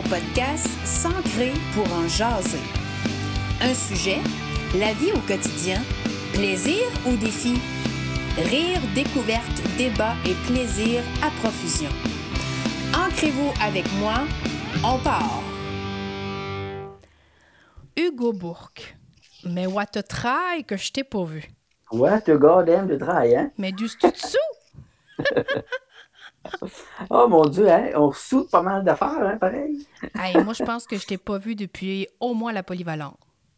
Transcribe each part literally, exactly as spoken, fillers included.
podcast S'ancrer pour en jaser. Un sujet, la vie au quotidien, plaisir ou défi? Rire, découverte, débat et plaisir à profusion. Ancrez-vous avec moi, on part! Hugo Bourque. Mais what a try que je t'ai pas vu. What a goddamn de try, hein? Mais du tout-dessous! Oh mon Dieu, hein? On soude pas mal d'affaires, hein, pareil. Hey, moi, je pense que je t'ai pas vu depuis au moins la polyvalente.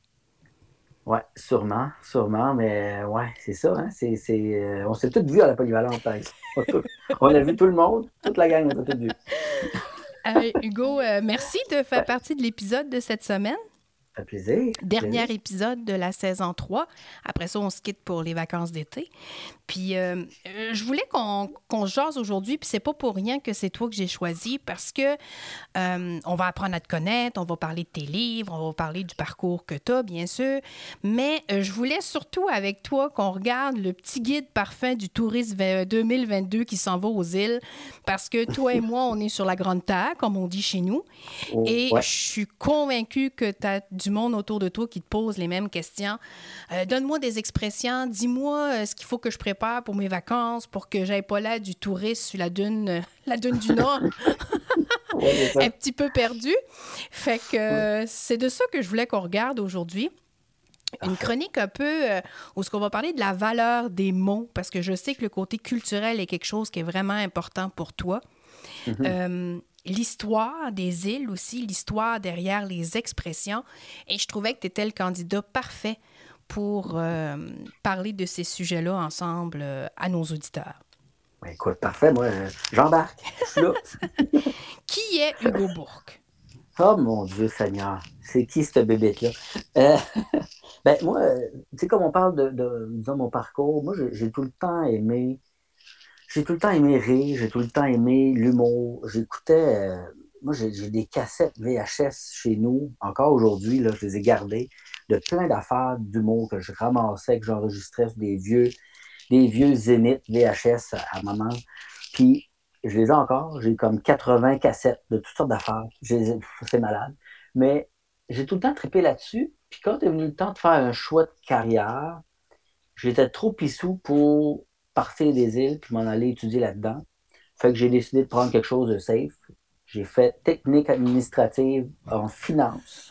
Ouais, sûrement, sûrement, mais ouais, c'est ça, hein? C'est, c'est, euh, on s'est tous vus à la polyvalente, par exemple. On a vu tout le monde, toute la gang, on s'est tous vus. Hey, Hugo, euh, merci de faire partie de l'épisode de cette semaine. Ça fait plaisir. Dernier plaisir. épisode de la saison trois. Après ça, on se quitte pour les vacances d'été. Puis, euh, euh, je voulais qu'on, qu'on se jase aujourd'hui, puis c'est pas pour rien que c'est toi que j'ai choisi, parce que euh, on va apprendre à te connaître, on va parler de tes livres, on va parler du parcours que tu as, bien sûr, mais euh, je voulais surtout avec toi qu'on regarde le petit guide parfum du tourisme deux mille vingt-deux qui s'en va aux îles, parce que toi et moi, on est sur la Grande Terre, comme on dit chez nous, Oh, et ouais. je suis convaincue que tu as du monde autour de toi qui te pose les mêmes questions. Euh, donne-moi des expressions, dis-moi euh, ce qu'il faut que je prépare pour mes vacances, pour que j'aille pas là du touriste sur la dune, euh, la dune du Nord, Ouais, c'est ça. un petit peu perdu. Fait que euh, c'est de ça que je voulais qu'on regarde aujourd'hui. Une chronique un peu euh, où ce qu'on va parler de la valeur des mots, parce que je sais que le côté culturel est quelque chose qui est vraiment important pour toi. Mhm. Euh, l'histoire des îles aussi, l'histoire derrière les expressions. Et je trouvais que tu étais le candidat parfait pour euh, parler de ces sujets-là ensemble euh, à nos auditeurs. Ben, écoute, parfait, moi, euh, j'embarque. Je suis là. Qui est Hugo Bourque? Oh mon Dieu Seigneur, c'est qui cette bébête-là? Euh, ben moi, euh, tu sais, comme on parle de, de disons, mon parcours, moi j'ai, j'ai tout le temps aimé, j'ai tout le temps aimé rire, j'ai tout le temps aimé l'humour. J'écoutais, euh, moi j'ai, j'ai des cassettes V H S chez nous, encore aujourd'hui, là, je les ai gardées, de plein d'affaires d'humour que je ramassais, que j'enregistrais sur des vieux, des vieux Zénith V H S à maman. Puis je les ai encore. J'ai comme quatre-vingts cassettes de toutes sortes d'affaires. Je les ai- C'est malade. Mais j'ai tout le temps trippé là-dessus. Puis quand est venu le temps de faire un choix de carrière, j'étais trop pissou pour partir des îles puis m'en aller étudier là-dedans. Fait que j'ai décidé de prendre quelque chose de safe. J'ai fait technique administrative en finance.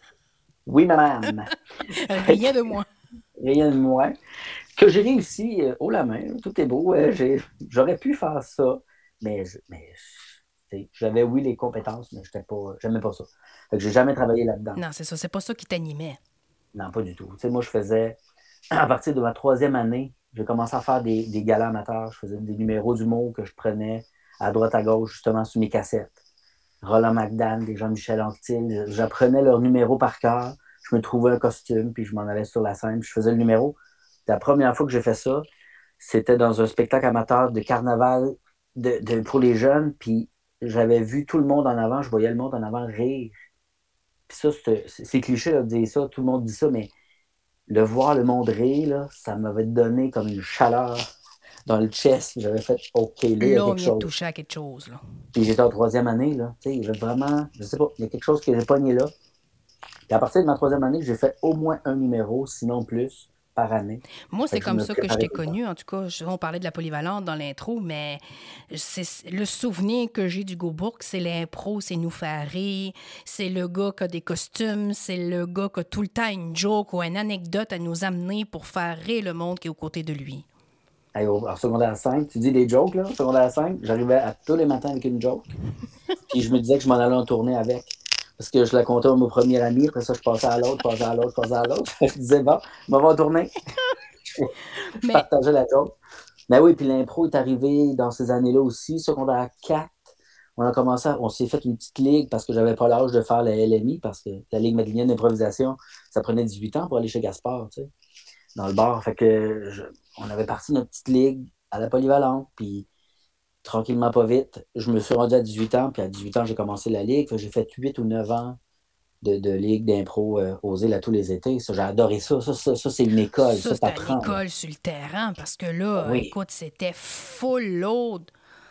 Oui, madame. Rien de moins. Rien de moins. Que j'ai réussi euh, haut la main. Tout est beau. euh, j'ai- J'aurais pu faire ça. Mais, je- mais tu sais, j'avais, oui, les compétences, mais j'étais pas, j'aimais pas ça. Fait que j'ai jamais travaillé là-dedans. Non, c'est ça. C'est pas ça qui t'animait. Non, pas du tout. Tu sais, moi, je faisais, à partir de ma troisième année, j'ai commencé à faire des, des galas amateurs. Je faisais des numéros d'humour que je prenais à droite, à gauche, justement, sur mes cassettes. Roland McDan, des Jean-Michel Anctil. J'apprenais leurs numéros par cœur. Je me trouvais un costume, puis je m'en allais sur la scène, puis je faisais le numéro. La première fois que j'ai fait ça, c'était dans un spectacle amateur de carnaval de, de, pour les jeunes, puis j'avais vu tout le monde en avant, je voyais le monde en avant rire. Puis ça, c'est, c'est cliché là, de dire ça, tout le monde dit ça, mais de voir le monde rire, là, ça m'avait donné comme une chaleur dans le chest. J'avais fait OK, là, il y a Là, on quelque vient de chose. toucher à quelque chose. Là. Puis j'étais en troisième année, là. Tu sais, il y avait vraiment, je sais pas, il y a quelque chose qui j'ai pogné là. Puis à partir de ma troisième année, j'ai fait au moins un numéro, sinon plus, par année. Moi, Fait c'est que je comme me ça que je préparais t'ai tout le temps. connu. En tout cas, je- on parlait de la polyvalente dans l'intro, mais c'est le souvenir que j'ai d'Hugo Bourque, c'est l'impro, c'est nous faire rire, c'est le gars qui a des costumes, c'est le gars qui a tout le temps une joke ou une anecdote à nous amener pour faire rire le monde qui est aux côtés de lui. Hey, au- en secondaire cinq, tu dis des jokes, là. En secondaire cinq, j'arrivais à tous les matins avec une joke. Puis je me disais que je m'en allais en tournée avec. Parce que je la comptais à mon premier ami, après ça, je passais à l'autre, passais à l'autre, passais à l'autre. Je disais, bon, je m'en vais en tournée. Je Mais partageais la joke. Mais oui, puis l'impro est arrivé dans ces années-là aussi. Secondaire quatre, on a commencé, à- on s'est fait une petite ligue parce que j'avais pas l'âge de faire la L M I, parce que la Ligue madrilène d'improvisation, ça prenait dix-huit ans pour aller chez Gaspard, tu sais, dans le bar. Fait que je- on avait parti notre petite ligue à la polyvalente, puis tranquillement, pas vite, je me suis rendu à dix-huit ans, puis à dix-huit ans, j'ai commencé la ligue. Fait que j'ai fait huit ou neuf ans de, de ligue d'impro euh, aux îles à tous les étés. Ça, j'ai adoré ça. Ça, ça, ça c'est une école. ça, Ça, c'était t'apprends. une là. école sur le terrain parce que là, Oui. écoute, c'était full load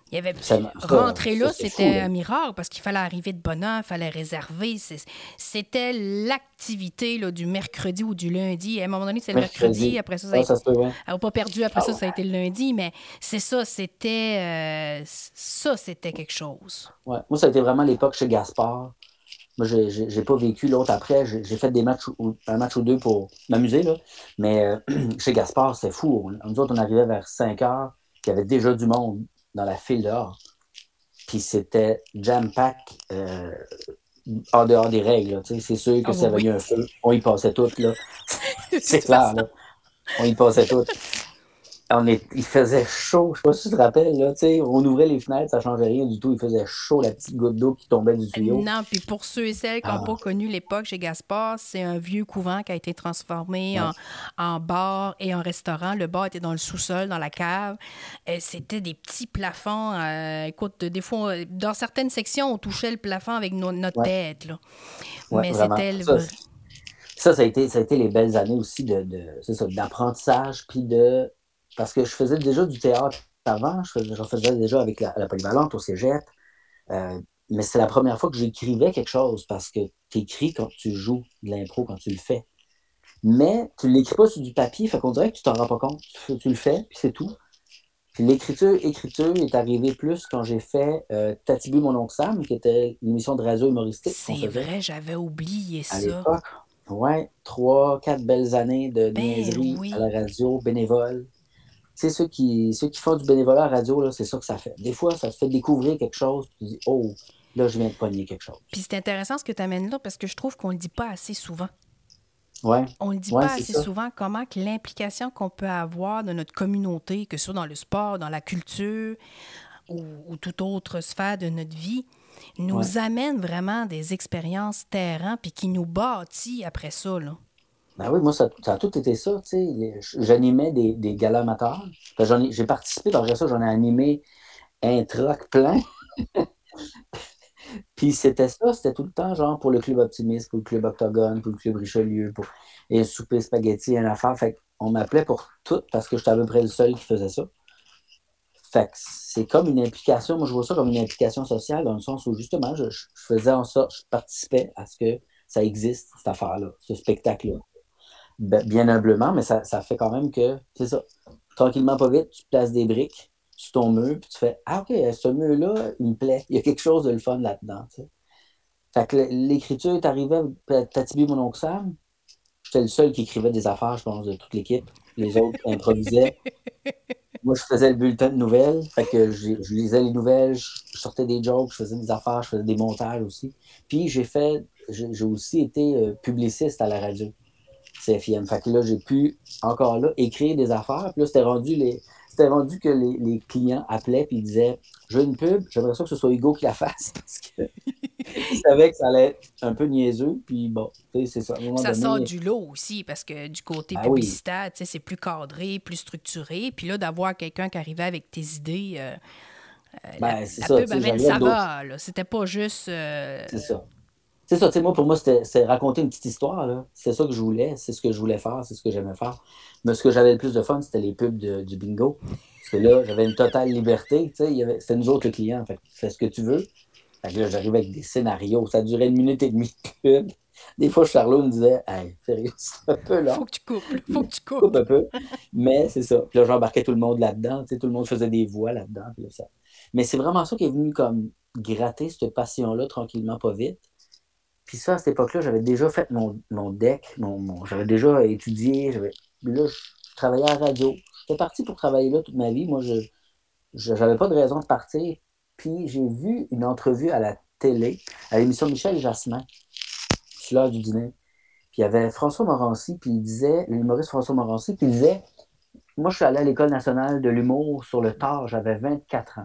Il y avait Ça, rentrer ça, là, c'était fou, c'était là. un miracle parce qu'il fallait arriver de bonne heure, il fallait réserver. C'est- C'était l'activité là, du mercredi ou du lundi. À un moment donné, c'est le mercredi. Mercredi. Après ça, ça a Ah, été... ça se peut, ouais. Elle n'a pas perdu. Après Ah ça, ouais. ça a été le lundi. Mais c'est ça, c'était... euh, ça, c'était quelque chose. Ouais. Moi, ça a été vraiment l'époque chez Gaspard. Moi, j'ai, j'ai, j'ai pas vécu l'autre après. J'ai, j'ai fait des matchs, ou, un match ou deux pour m'amuser, là. Mais euh, chez Gaspard, c'était fou. On- Nous autres, on arrivait vers cinq heures, puis il y avait déjà du monde dans la file dehors. Puis c'était jam-pack euh, en dehors des règles, là. Tu sais, c'est sûr Ah que s'il y oui, avait eu un feu, on y passait tout, là. oui. De C'est toute clair, façon. là. On y passait tout. On est, il faisait chaud, je sais pas si tu te rappelles, là, tu sais, on ouvrait les fenêtres, ça changeait rien du tout, il faisait chaud, la petite goutte d'eau qui tombait du tuyau. Non, puis pour ceux et celles qui n'ont Ah, pas connu l'époque chez Gaspard, c'est un vieux couvent qui a été transformé ouais, en, en bar et en restaurant. Le bar était dans le sous-sol, dans la cave. Euh, C'était des petits plafonds. euh, écoute, des fois, euh, dans certaines sections, on touchait le plafond avec no- notre ouais, tête, là. ouais, Mais vraiment. c'était le Ça, vrai. c'est- ça, ça a été, ça a été les belles années aussi de, de c'est ça, d'apprentissage, puis de, parce que je faisais déjà du théâtre avant, je faisais, j'en faisais déjà avec la, la Polyvalente au cégep, euh, mais c'est la première fois que j'écrivais quelque chose, parce que tu écris quand tu joues de l'impro, quand tu le fais. Mais tu ne l'écris pas sur du papier, fait qu'on dirait que tu t'en rends pas compte. Tu, tu le fais, puis c'est tout. Puis l'écriture, écriture est arrivée plus quand j'ai fait euh, Tatibu mon oncle Sam, qui était une émission de radio humoristique qu'on C'est faisait vrai, j'avais oublié à ça. l'époque. Ouais, trois, quatre belles années de Ben niaiserie à oui. la radio, bénévole. Tu sais, ceux qui, ceux qui font du bénévolat à la radio, là, c'est ça que ça fait. Des fois, ça te fait découvrir quelque chose, puis tu dis, oh, là, je viens de pogner quelque chose. Puis c'est intéressant ce que tu amènes là parce que je trouve qu'on le dit pas assez souvent. Ouais, On le dit ouais, pas c'est assez ça. souvent comment que l'implication qu'on peut avoir de notre communauté, que ce soit dans le sport, dans la culture ou, ou toute autre sphère de notre vie, Ouais. nous amène vraiment des expériences terrain puis qui nous bâtit après ça, là. Ben oui, moi, ça, ça a tout été ça, tu sais. Les- J'animais des, des galas amateurs. Fait que j'en ai- j'ai participé, dans ça, j'en ai animé un troc plein. Puis c'était ça, c'était tout le temps, genre, pour le Club Optimiste, pour le Club Octogone, pour le Club Richelieu, pour et un souper spaghetti, une affaire. Fait qu'on m'appelait pour tout parce que j'étais à peu près le seul qui faisait ça. Fait que c'est comme une implication, moi je vois ça comme une implication sociale dans le sens où justement, je, je faisais en sorte, je participais à ce que ça existe, cette affaire-là, ce spectacle-là. Ben, bien humblement, mais ça, ça fait quand même que, c'est ça, tranquillement, pas vite, tu places des briques sur ton mur, puis tu fais, ah ok, ce mur-là, il me plaît, il y a quelque chose de le fun là-dedans, tu sais. Fait que l'écriture est arrivée avec Tatibi, mon oncle Sam. J'étais le seul qui écrivait des affaires, je pense, de toute l'équipe. Les autres improvisaient. Moi, je faisais le bulletin de nouvelles. Fait que je, je lisais les nouvelles, je, je sortais des jokes, je faisais des affaires, je faisais des montages aussi. Puis j'ai fait, j'ai, j'ai aussi été euh, publiciste à la radio, C F I M. Fait que là, j'ai pu, encore là, écrire des affaires. Puis là, c'était rendu, les, c'était rendu que les, les clients appelaient puis ils disaient, je veux une pub, j'aimerais ça que ce soit Hugo qui la fasse. Parce que je savais que ça allait être un peu niaiseux, puis bon, tu sais, c'est ça. À un moment Ça sort donné, du lot aussi parce que du côté ben oui, publicitaire, tu sais, c'est plus cadré, plus structuré. Puis là, d'avoir quelqu'un qui arrivait avec tes idées, euh, la, ben c'est la ça, tu pub sais, avait une j'arrivais avec d'autres. saveur, là. C'était pas juste... euh, C'est ça. C'est ça, tu sais, moi, pour moi, c'était c'est raconter une petite histoire, là. C'est ça que je voulais, c'est ce que je voulais faire, c'est ce que j'aimais faire. Mais ce que j'avais le plus de fun, c'était les pubs de- du bingo. Parce que là, j'avais une totale liberté, tu sais, il y avait- c'était nous autres le client, fait que fais ce que tu veux. Fait que là, j'arrivais avec des scénarios, ça durait une minute et demie de pub. Des fois, Charlot me disait, hey, sérieux, c'est un peu faut long. que tu coupes, là. Faut Mais que tu coupe coupes. un peu. Mais c'est ça. Puis là, j'embarquais tout le monde là-dedans. Tu sais, tout le monde faisait des voix là-dedans. Puis là, ça. Mais c'est vraiment ça qui est venu comme gratter cette passion-là tranquillement, pas vite. Puis ça, à cette époque-là, j'avais déjà fait mon, mon deck. Mon, mon- j'avais déjà étudié. J'avais, là, je travaillais à la radio. J'étais parti pour travailler là toute ma vie. Moi, je je- j'avais pas de raison de partir. Puis j'ai vu une entrevue à la télé, à l'émission Michel Jasmin, sur l'heure du dîner. Puis il y avait François Morancy, puis il disait, l'humoriste François Morancy, puis il disait, moi je suis allé à l'École nationale de l'humour sur le tard, j'avais vingt-quatre ans.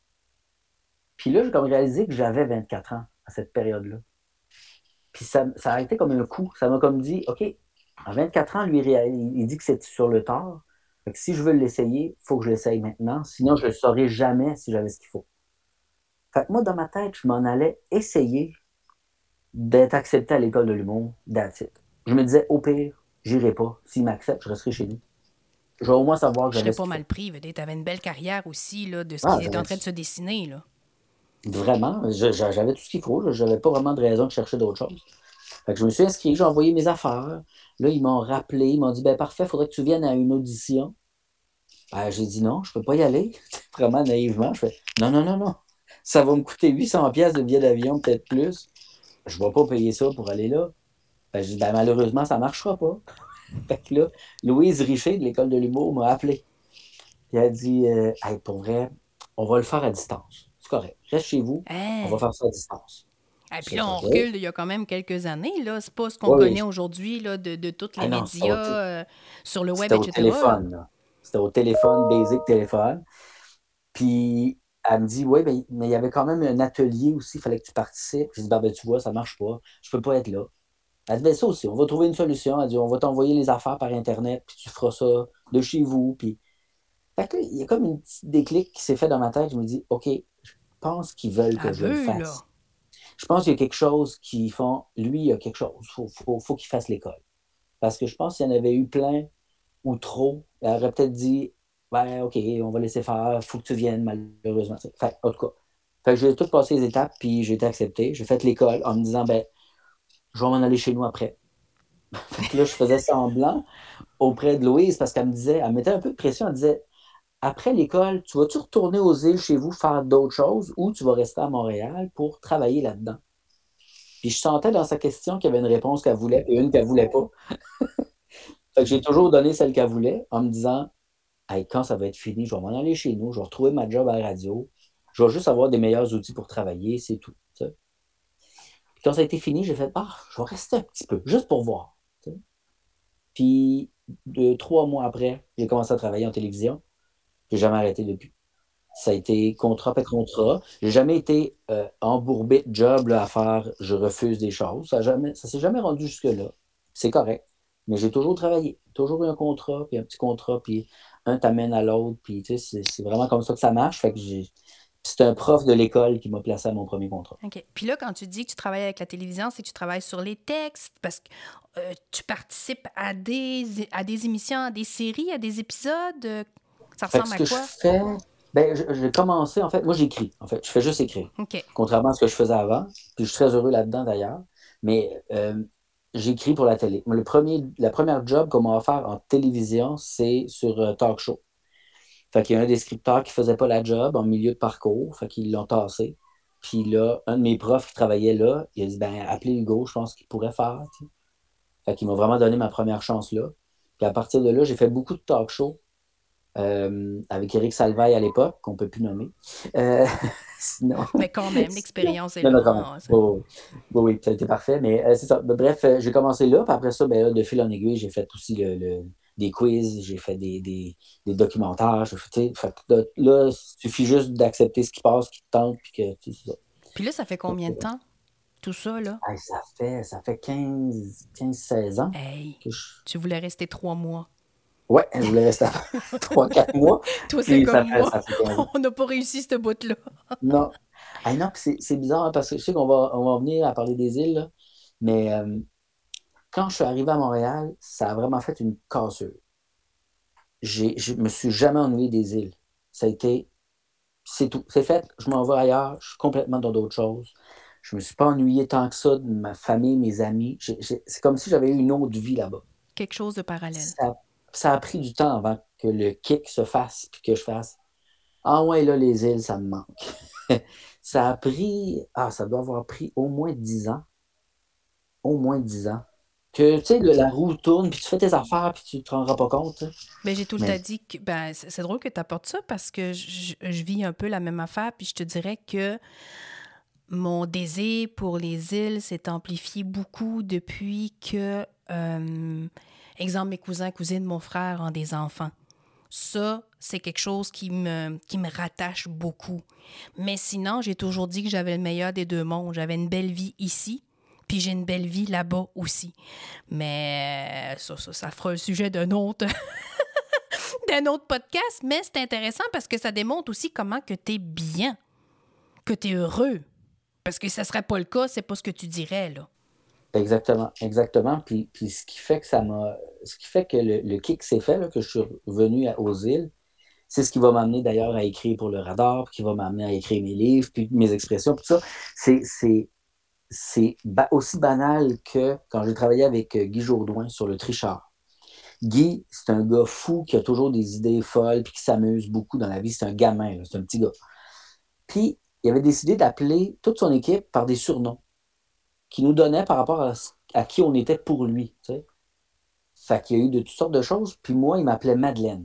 Puis là, j'ai comme réalisé que j'avais vingt-quatre ans à cette période-là. Puis ça, ça a été comme un coup. Ça m'a comme dit, OK, à vingt-quatre ans, lui, il, il dit que c'est sur le tard. Fait que si je veux l'essayer, il faut que je l'essaye maintenant. Sinon, je ne le saurais jamais si j'avais ce qu'il faut. Fait que moi, dans ma tête, je m'en allais essayer d'être accepté à l'École de l'humour, that's it. Je me disais, au pire, j'irai pas. S'il m'accepte, je resterai chez lui. je vais au moins savoir que Je j'avais serais ce pas qu'il mal faut. pris. Tu avais une belle carrière aussi là, de ce Ah, qui est en j'avais train de se dessiner. Là. vraiment, je- je- j'avais tout ce qu'il faut. Là. J'avais pas vraiment de raison de chercher d'autres choses. Fait que je me suis inscrit, j'ai envoyé mes affaires. Là, ils m'ont rappelé, ils m'ont dit, ben parfait, il faudrait que tu viennes à une audition. Ben, j'ai dit non, je peux pas y aller. Vraiment naïvement, je fais, non, non, non, non. Ça va me coûter huit cents pièces de billet d'avion, peut-être plus. Je vais pas payer ça pour aller là. Ben, j'ai dit, ben, malheureusement, ça marchera pas. Fait que là, Louise Richer de l'École de l'humour m'a appelé. Puis elle a dit, euh, hey, pour vrai, on va le faire à distance. C'est correct. Reste chez vous, on va Hein? faire ça à distance. Et puis C'est là, on correct. recule il y a quand même quelques années. Là. C'est pas ce qu'on Oui, connaît oui. aujourd'hui là, de, de tous les Ah non, c'était médias au, t- euh, sur le web, c'était au et cetera. Là. téléphone. Là. C'était au téléphone, basic téléphone. Puis elle me dit, oui, ben, mais il y avait quand même un atelier aussi, il fallait que tu participes. J'ai dit, ben, ben, tu vois, ça marche pas. Je peux pas être là. Elle dit, ben, ça aussi, on va trouver une solution. Elle dit, on va t'envoyer les affaires par Internet, puis tu feras ça de chez vous. Puis... Fait que là, il y a comme une petite déclic qui s'est fait dans ma tête. Je me dis, OK, je pense qu'ils veulent que Elle je le veut, là. fasse. Je pense qu'il y a quelque chose qui font. Lui, il y a quelque chose. Il faut, faut, faut qu'il fasse l'école. Parce que je pense qu'il y en avait eu plein ou trop. Elle aurait peut-être dit, ben, OK, on va laisser faire, il faut que tu viennes, malheureusement. Fait, en tout cas, fait que j'ai tout passé les étapes, puis j'ai été accepté. J'ai fait l'école en me disant, ben, je vais m'en aller chez nous après. Fait que là, je faisais semblant auprès de Louise parce qu'elle me disait, elle me mettait un peu de pression. Elle disait, après l'école, tu vas-tu retourner aux îles chez vous faire d'autres choses ou tu vas rester à Montréal pour travailler là-dedans? Puis je sentais dans sa question qu'il y avait une réponse qu'elle voulait et une qu'elle ne voulait pas. Fait que j'ai toujours donné celle qu'elle voulait en me disant, hey, quand ça va être fini, je vais m'en aller chez nous, je vais retrouver ma job à la radio, je vais juste avoir des meilleurs outils pour travailler, c'est tout. T'sais. Puis quand ça a été fini, j'ai fait, ah, je vais rester un petit peu, juste pour voir. T'sais. Puis deux, trois mois après, j'ai commencé à travailler en télévision. J'ai jamais arrêté depuis. Ça a été contrat après contrat. J'ai jamais été euh, embourbé de job là, à faire je refuse des choses. Ça ne s'est jamais rendu jusque-là. C'est correct. Mais j'ai toujours travaillé. Toujours eu un contrat, puis un petit contrat, puis un t'amène à l'autre. Puis tu sais, c'est, c'est vraiment comme ça que ça marche. Fait que j'ai... C'est un prof de l'école qui m'a placé à mon premier contrat. OK. Puis là, quand tu dis que tu travailles avec la télévision, c'est que tu travailles sur les textes, parce que euh, tu participes à des, à des émissions, à des séries, à des épisodes. euh, Ça Fait que ressemble ce à que je quoi? fais, ben, je- j'ai commencé, en fait, moi j'écris, en fait, je fais juste écrire, OK. contrairement à ce que je faisais avant, puis je suis très heureux là-dedans d'ailleurs, mais euh, j'écris pour la télé. Le premier, la première job qu'on m'a offert en télévision, c'est sur euh, Talk Show. Fait qu'il y a un des scripteurs qui faisait pas la job en milieu de parcours, fait qu'ils l'ont tassé. Puis là, un de mes profs qui travaillait là, il a dit, ben, appelez Hugo, je pense qu'il pourrait faire, tu sais. Fait qu'il m'a vraiment donné ma première chance là. Puis à partir de là, j'ai fait beaucoup de talk shows. Euh, avec Éric Salvaille à l'époque, qu'on ne peut plus nommer. Euh, sinon. Mais quand même, l'expérience est non, là. non, quand même. Hein, ça... Oui, oui, oui, oui, ça a été parfait. Mais euh, c'est ça. Bref, euh, j'ai commencé là. Puis après ça, ben, là, de fil en aiguille, j'ai fait aussi le, le, des quiz, j'ai fait des, des, des documentaires. J'ai fait, fait que là, il suffit juste d'accepter ce qui passe, ce qui te tente. Puis que, tu sais, ça. Puis là, ça fait combien de temps, tout ça, là? Hey, ça fait, ça fait quinze, seize ans. Hey, que je... tu voulais rester trois mois. Ouais, je voulais rester à trois quatre mois. Toi, c'est comme ça moi. Fait, ça fait quinze ans. On n'a pas réussi ce bout-là. Non. Hey, non, c'est, c'est bizarre hein, parce que je sais qu'on va, on va venir à parler des îles, là, mais euh, quand je suis arrivé à Montréal, ça a vraiment fait une cassure. J'ai, je me suis jamais ennuyé des îles. Ça a été, c'est tout. C'est fait, je m'en vais ailleurs, je suis complètement dans d'autres choses. Je me suis pas ennuyé tant que ça de ma famille, mes amis. J'ai, j'ai, c'est comme si j'avais eu une autre vie là-bas. Quelque chose de parallèle. Ça, ça a pris du temps avant que le kick se fasse puis que je fasse ah ouais, là, les îles, ça me manque. Ça a pris, ah, ça doit avoir pris au moins dix ans. Au moins dix ans. Que, tu sais, la roue tourne, puis tu fais tes affaires, puis tu te rendras pas compte. Ben, j'ai tout le Mais... temps dit que, ben, c'est, c'est drôle que tu apportes ça parce que je, je vis un peu la même affaire, puis je te dirais que mon désir pour les îles s'est amplifié beaucoup depuis que, euh, exemple, mes cousins et cousines, mon frère ont des enfants. Ça, c'est quelque chose qui me, qui me rattache beaucoup. Mais sinon, j'ai toujours dit que j'avais le meilleur des deux mondes. J'avais une belle vie ici, puis j'ai une belle vie là-bas aussi. Mais ça, ça, ça fera un sujet d'un autre, d'un autre podcast. Mais c'est intéressant parce que ça démontre aussi comment que tu es bien, que tu es heureux. Parce que ça ne serait pas le cas, c'est pas ce que tu dirais, là. Exactement, exactement. Puis, puis ce qui fait que ça m'a. Ce qui fait que le, le kick s'est fait, là, que je suis revenu à- aux îles, c'est ce qui va m'amener d'ailleurs à écrire pour le radar, puis qui va m'amener à écrire mes livres, puis mes expressions, puis ça. C'est, c'est, c'est ba- aussi banal que quand j'ai travaillé avec euh, Guy Jourdouin sur Le Tricheur. Guy, c'est un gars fou qui a toujours des idées folles, puis qui s'amuse beaucoup dans la vie. C'est un gamin, là, c'est un petit gars. Puis, il avait décidé d'appeler toute son équipe par des surnoms qu'il nous donnait par rapport à, à qui on était pour lui. Tu sais. Fait qu'il y a eu de toutes sortes de choses. Puis moi, il m'appelait Madeleine,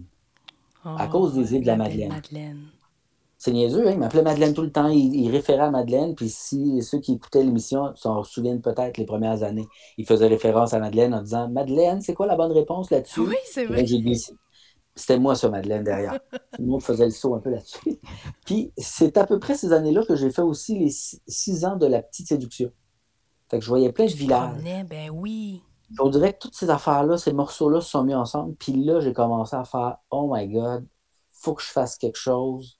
à Oh, cause des îles de la la belle Madeleine. Madeleine. C'est niaiseux, hein? Il m'appelait Madeleine tout le temps. Il, il référait à Madeleine. Puis si ceux qui écoutaient l'émission s'en souviennent peut-être les premières années, il faisait référence à Madeleine en disant Madeleine, c'est quoi la bonne réponse Oui, là-dessus? c'est Puis vrai. là, j'ai dit c'était moi, ça, Madeleine, derrière. Tout le monde faisait le saut un peu là-dessus. Puis c'est à peu près ces années-là que j'ai fait aussi les six, six ans de la petite séduction. Fait que je voyais plein de Tu te villages. promenais, ben oui. On dirait que toutes ces affaires-là, ces morceaux-là se sont mis ensemble. Puis là, j'ai commencé à faire Oh my God, faut que je fasse quelque chose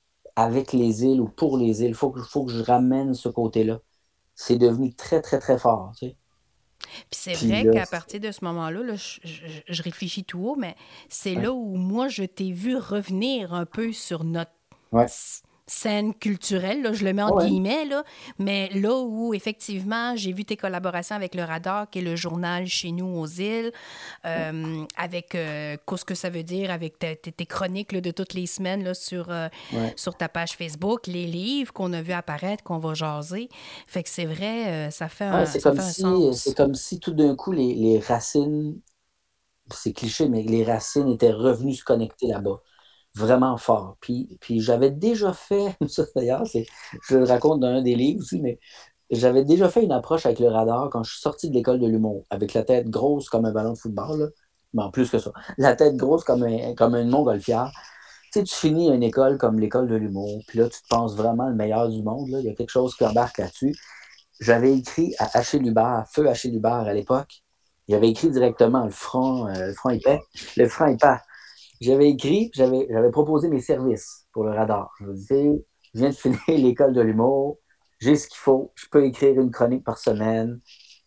avec les îles ou pour les îles. Faut que, faut que je ramène ce côté-là. C'est devenu très, très, très fort. Tu sais. Puis c'est Puis vrai là, qu'à partir de ce moment-là, là, je, je- je réfléchis tout haut, mais c'est ouais, là où moi, je t'ai vu revenir un peu sur notre ouais, s- scène culturelle, là, je le mets en ouais, guillemets, là, mais là où effectivement j'ai vu tes collaborations avec le Radar, qui est le journal chez nous aux îles, euh, avec euh, qu'est-ce que ça veut dire, avec ta- tes tes chroniques là, de toutes les semaines là, sur, euh, ouais. sur ta page Facebook, les livres qu'on a vu apparaître, qu'on va jaser. Fait que c'est vrai, euh, ça fait Ouais, un, c'est ça comme fait un si, c'est sens. comme si tout d'un coup, les, les racines, c'est cliché, mais les racines étaient revenues se connecter là-bas. Vraiment fort. Puis, puis j'avais déjà fait, ça d'ailleurs, c'est, je le raconte dans un des livres aussi, mais j'avais déjà fait une approche avec le radar quand je suis sorti de l'école de l'humour, avec la tête grosse comme un ballon de football, là. Mais en plus que ça, la tête grosse comme, un, comme une montgolfière. Tu sais, tu finis une école comme l'école de l'humour, puis là, tu te penses vraiment le meilleur du monde, là. Il y a quelque chose qui embarque là-dessus. J'avais écrit à Achille Hubert, feu Achille Hubert à l'époque, j'avais écrit directement le front, euh, le front épais, le front épais. J'avais écrit, j'avais, j'avais proposé mes services pour le radar. Je me disais, je viens de finir l'école de l'humour, j'ai ce qu'il faut, je peux écrire une chronique par semaine,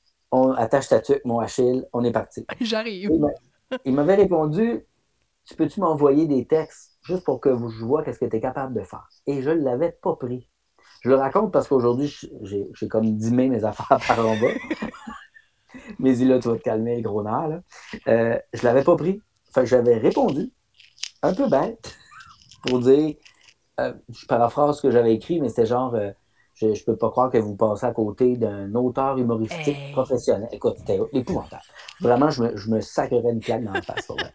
on attache ta tuque, mon Achille, on est parti. J'arrive. Il, m'a, il m'avait répondu, tu peux-tu m'envoyer des textes juste pour que je vois qu'est-ce que tu es capable de faire? Et je ne l'avais pas pris. Je le raconte parce qu'aujourd'hui, j'ai, j'ai comme dimé mes affaires par en bas. Mais dis là, tu vas te calmer, gros nerf. Là. Euh, je l'avais pas pris. Fait que j'avais répondu, un peu bête, pour dire, euh, je paraphrase ce que j'avais écrit, mais c'était genre, euh, je, ne peux pas croire que vous passez à côté d'un auteur humoristique Hey. professionnel. Écoute, c'était épouvantable. Vraiment, je me, je me sacrerais une claque dans la face. Pour vrai.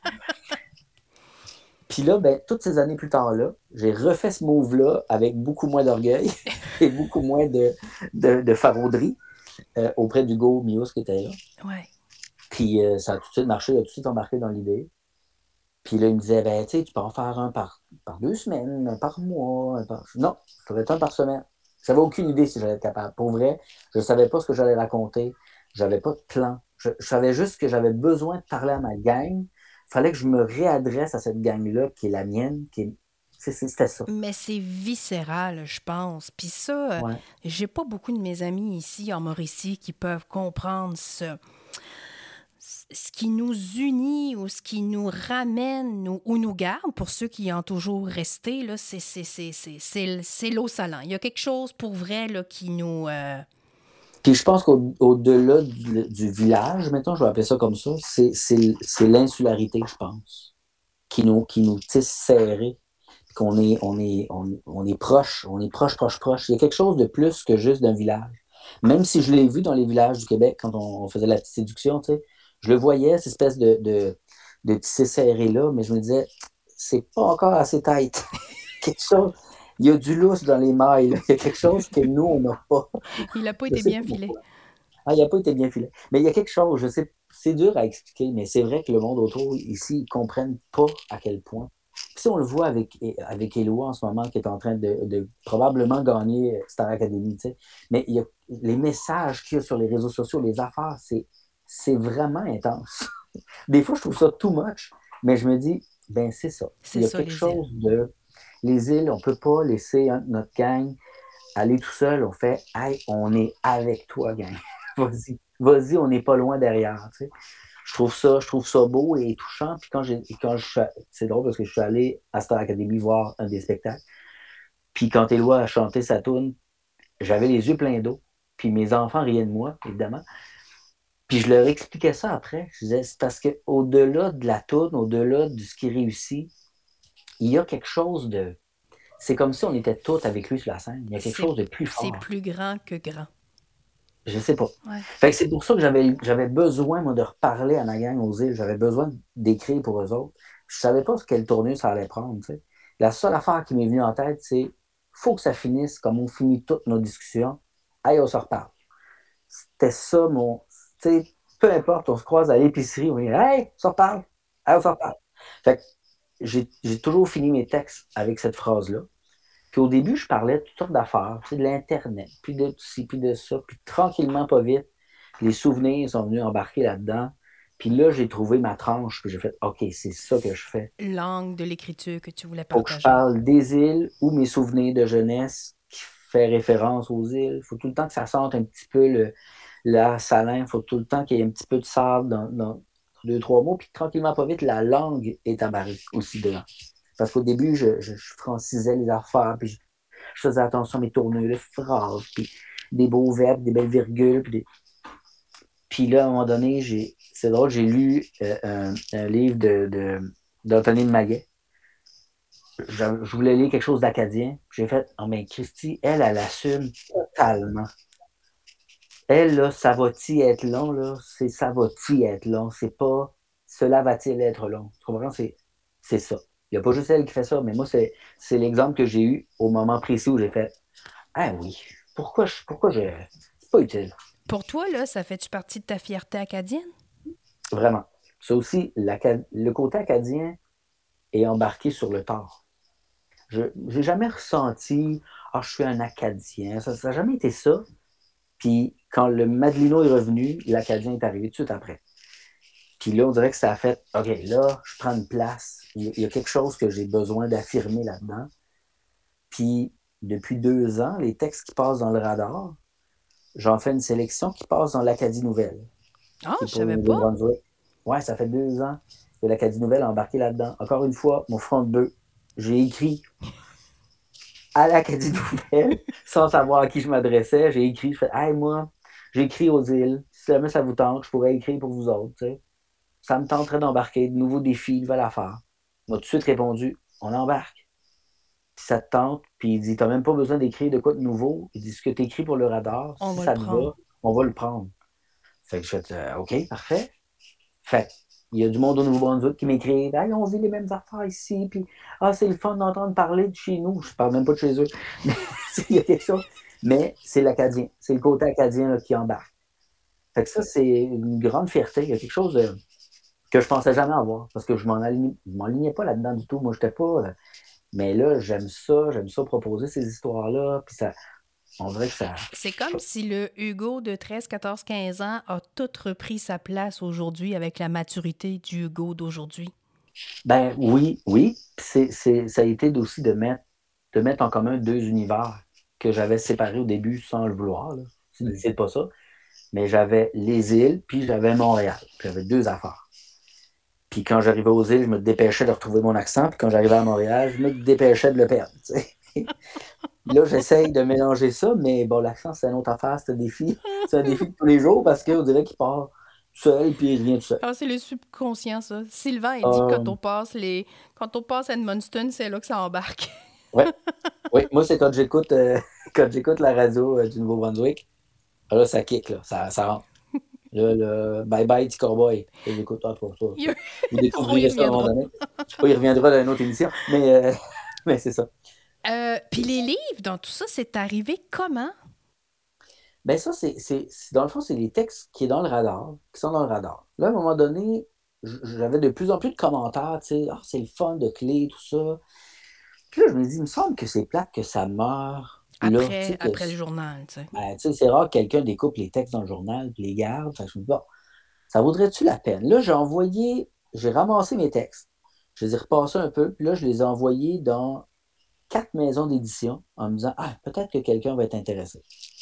Puis là, ben, toutes ces années plus tard, là, j'ai refait ce move-là avec beaucoup moins d'orgueil et beaucoup moins de, de, de farauderie euh, auprès d'Hugo Mius qui était là. Ouais. Puis euh, ça a tout de suite marché, il a tout de suite embarqué dans l'idée. Puis là, il me disait, ben, tu sais, tu peux en faire un par, par deux semaines, un par mois. Un par... Non, je ferais un par semaine. J'avais aucune idée si j'allais être capable. Pour vrai, je ne savais pas ce que j'allais raconter. J'avais pas de plan. Je, je savais juste que j'avais besoin de parler à ma gang. Il fallait que je me réadresse à cette gang-là, qui est la mienne, qui est... c'est, c'est, c'était ça. Mais c'est viscéral, je pense. Puis ça, euh, Ouais. j'ai pas beaucoup de mes amis ici en Mauricie qui peuvent comprendre ce, ce qui nous unit ou ce qui nous ramène nous- ou nous garde, pour ceux qui y ont toujours resté, là, c'est, c'est, c'est, c'est, c'est, c'est l'eau salante. Il y a quelque chose pour vrai là, qui nous... euh, Puis je pense qu'au-delà du, du village, mettons, je vais appeler ça comme ça, c'est, c'est, c'est l'insularité, je pense, qui nous, qui nous tisse serrés. Qu'on est, on est, on, on est proche, on est proche, proche, proche. Il y a quelque chose de plus que juste d'un village. Même si je l'ai vu dans les villages du Québec, quand on, on faisait la petite séduction, tu sais, je le voyais, cette espèce de, de, de tissé serré-là, mais je me disais, c'est pas encore assez tight. quelque chose, il y a du lousse dans les mailles, là. Il y a quelque chose que nous, on n'a pas. Il n'a pas Je été sais bien pas filé. pourquoi. Ah, il n'a pas été bien filé. Mais il y a quelque chose, je sais, c'est dur à expliquer, mais c'est vrai que le monde autour, ici, ils ne comprennent pas à quel point. Puis si on le voit avec, avec Éloi en ce moment, qui est en train de, de probablement gagner Star Academy, tu sais. Mais il y a les messages qu'il y a sur les réseaux sociaux, les affaires, c'est, c'est vraiment intense. Des fois, je trouve ça too much, mais je me dis, ben c'est ça. C'est Il y a ça, quelque les îles. chose de... Les îles, on ne peut pas laisser hein, notre gang aller tout seul. On fait, hey, on est avec toi, gang. Vas-y. vas-y, on n'est pas loin derrière. Tu sais. Je trouve ça, je trouve ça beau et touchant. Puis quand j'ai, quand je, c'est drôle parce que je suis allé à Star Academy voir un des spectacles. Puis quand Éloi a chanté sa tune, j'avais les yeux pleins d'eau. Puis mes enfants riaient de moi, évidemment. Puis je leur expliquais ça après. Je disais, c'est parce qu'au-delà de la tune, au-delà de ce qui réussit, il y a quelque chose de... C'est comme si on était tous avec lui sur la scène. Il y a quelque C'est- chose de plus fort. C'est plus grand que grand. Je sais pas. Ouais. Fait que c'est pour ça que j'avais, j'avais besoin, moi, de reparler à ma gang aux îles. J'avais besoin d'écrire pour eux autres. Je savais pas quelle tournure ça allait prendre, tu sais. La seule affaire qui m'est venue en tête, c'est faut que ça finisse comme on finit toutes nos discussions. Hey, on se reparle. C'était ça, mon... Tu sais, peu importe, on se croise à l'épicerie, on dit hey, on se reparle. Hey, on se reparle. Fait que j'ai, j'ai toujours fini mes textes avec cette phrase-là. Puis au début, je parlais de toutes sortes d'affaires, tu sais, de l'Internet, puis de ci, puis de ça. Puis tranquillement, pas vite, les souvenirs sont venus embarquer là-dedans. Puis là, j'ai trouvé ma tranche, puis j'ai fait OK, c'est ça que je fais. L'angle de l'écriture que tu voulais Faut que je partager. parle des îles ou mes souvenirs de jeunesse qui fait référence aux îles. Faut tout le temps que ça sente un petit peu le, la salin. Faut tout le temps qu'il y ait un petit peu de sable dans, dans deux, trois mots. Puis tranquillement, pas vite, la langue est amarrée aussi dedans. Parce qu'au début, je, je, je francisais les affaires, puis je, je faisais attention à mes tournures de phrases, puis des beaux verbes, des belles virgules. Puis, des... puis là, à un moment donné, j'ai, c'est drôle, j'ai lu euh, un, un livre de, de, d'Anthony de Maillet. Je, je voulais lire quelque chose d'acadien. J'ai fait, oh, mais Christy, elle, elle assume totalement. Elle, là, ça va-t-il être long, là? C'est ça va-t-il être long? C'est pas cela va-t-il être long? Tu comprends? C'est, c'est ça. Il n'y a pas juste elle qui fait ça, mais moi, c'est, c'est l'exemple que j'ai eu au moment précis où j'ai fait ah oui, pourquoi je. Pourquoi je. C'est pas utile. Pour toi, là, ça fait-tu partie de ta fierté acadienne? Vraiment. Ça aussi, le côté acadien est embarqué sur le tard. Je n'ai jamais ressenti ah, je suis un Acadien. Ça n'a jamais été ça. Puis quand le Madelino est revenu, l'Acadien est arrivé tout de suite après. Puis là, on dirait que ça a fait OK, là, je prends une place. Il y a quelque chose que j'ai besoin d'affirmer là-dedans. Puis depuis deux ans, les textes qui passent dans le radar, j'en fais une sélection qui passe dans l'Acadie Nouvelle. Ah, oh, je savais pas. Ouais, ça fait deux ans que l'Acadie Nouvelle a embarqué là-dedans. Encore une fois, mon front de bœuf, j'ai écrit à l'Acadie Nouvelle sans savoir à qui je m'adressais. J'ai écrit, je fais, hey, moi, j'ai écrit aux îles. Si jamais ça vous tente, je pourrais écrire pour vous autres. Tu sais. Ça me tenterait d'embarquer de nouveaux défis, de nouvelles affaires. Il m'a tout de suite répondu, on embarque. Puis ça te tente, puis il dit, t'as même pas besoin d'écrire de quoi de nouveau. Il dit, ce que tu écris pour le radar, on si va ça le te prendre. va, on va le prendre. Fait que je fais, euh, OK, parfait. Fait il y a du monde au Nouveau-Brunswick qui m'écrit hey, on vit les mêmes affaires ici, puis ah, c'est le fun d'entendre parler de chez nous. Je parle même pas de chez eux. Il y a quelque chose. Mais c'est l'Acadien. C'est le côté acadien là, qui embarque. Fait que ça, c'est une grande fierté. Il y a quelque chose de, que je pensais jamais avoir. Parce que je m'en alignais, je m'enlignais pas là-dedans du tout. Moi, j'étais pas. Euh, mais là, j'aime ça. J'aime ça proposer ces histoires-là. Puis ça. On dirait que ça... C'est comme si le Hugo de treize, quatorze, quinze ans a tout repris sa place aujourd'hui avec la maturité du Hugo d'aujourd'hui. Ben oui, oui. C'est, c'est, ça a été aussi de mettre, de mettre en commun deux univers que j'avais séparés au début sans le vouloir. Là. C'est pas ça. Mais j'avais les îles, puis j'avais Montréal. Puis j'avais deux affaires. Puis quand j'arrivais aux îles, je me dépêchais de retrouver mon accent. Puis quand j'arrivais à Montréal, je me dépêchais de le perdre. T'sais. Là, j'essaye de mélanger ça, mais bon, l'accent, c'est une autre affaire, c'est un défi. C'est un défi de tous les jours parce qu'on dirait qu'il part seul puis il revient tout seul. Ah, c'est le subconscient, ça. Sylvain, il dit euh... que quand on passe les... quand on passe à Edmundston, c'est là que ça embarque. Oui. Oui, moi, c'est quand j'écoute euh, quand j'écoute la radio euh, du Nouveau-Brunswick. Là, ça kick, là. Ça, ça rentre. Là, le bye bye, petit cowboy. J'écoute pas pour ça. Vous découvrirez ça à un moment donné. Je sais pas, il reviendra dans une autre émission, mais, euh, mais c'est ça. Euh, Puis les livres, dans tout ça, c'est arrivé comment? Ben ça, c'est, c'est, c'est dans le fond, c'est les textes qui sont dans le radar, qui sont dans le radar. Là, à un moment donné, j'avais de plus en plus de commentaires, tu sais, ah, c'est le fun de clés, tout ça. Puis là, je me dis, il me semble que c'est plate que ça meurt. Après, là, après le journal, tu sais. Ben, tu sais, c'est rare que quelqu'un découpe les textes dans le journal puis les garde. Fait que je me dis, bon, ça vaudrait-tu la peine? Là, j'ai envoyé, j'ai ramassé mes textes. Je les ai repassés un peu, puis là, je les ai envoyés dans quatre maisons d'édition en me disant, ah, peut-être que quelqu'un va être intéressé. Je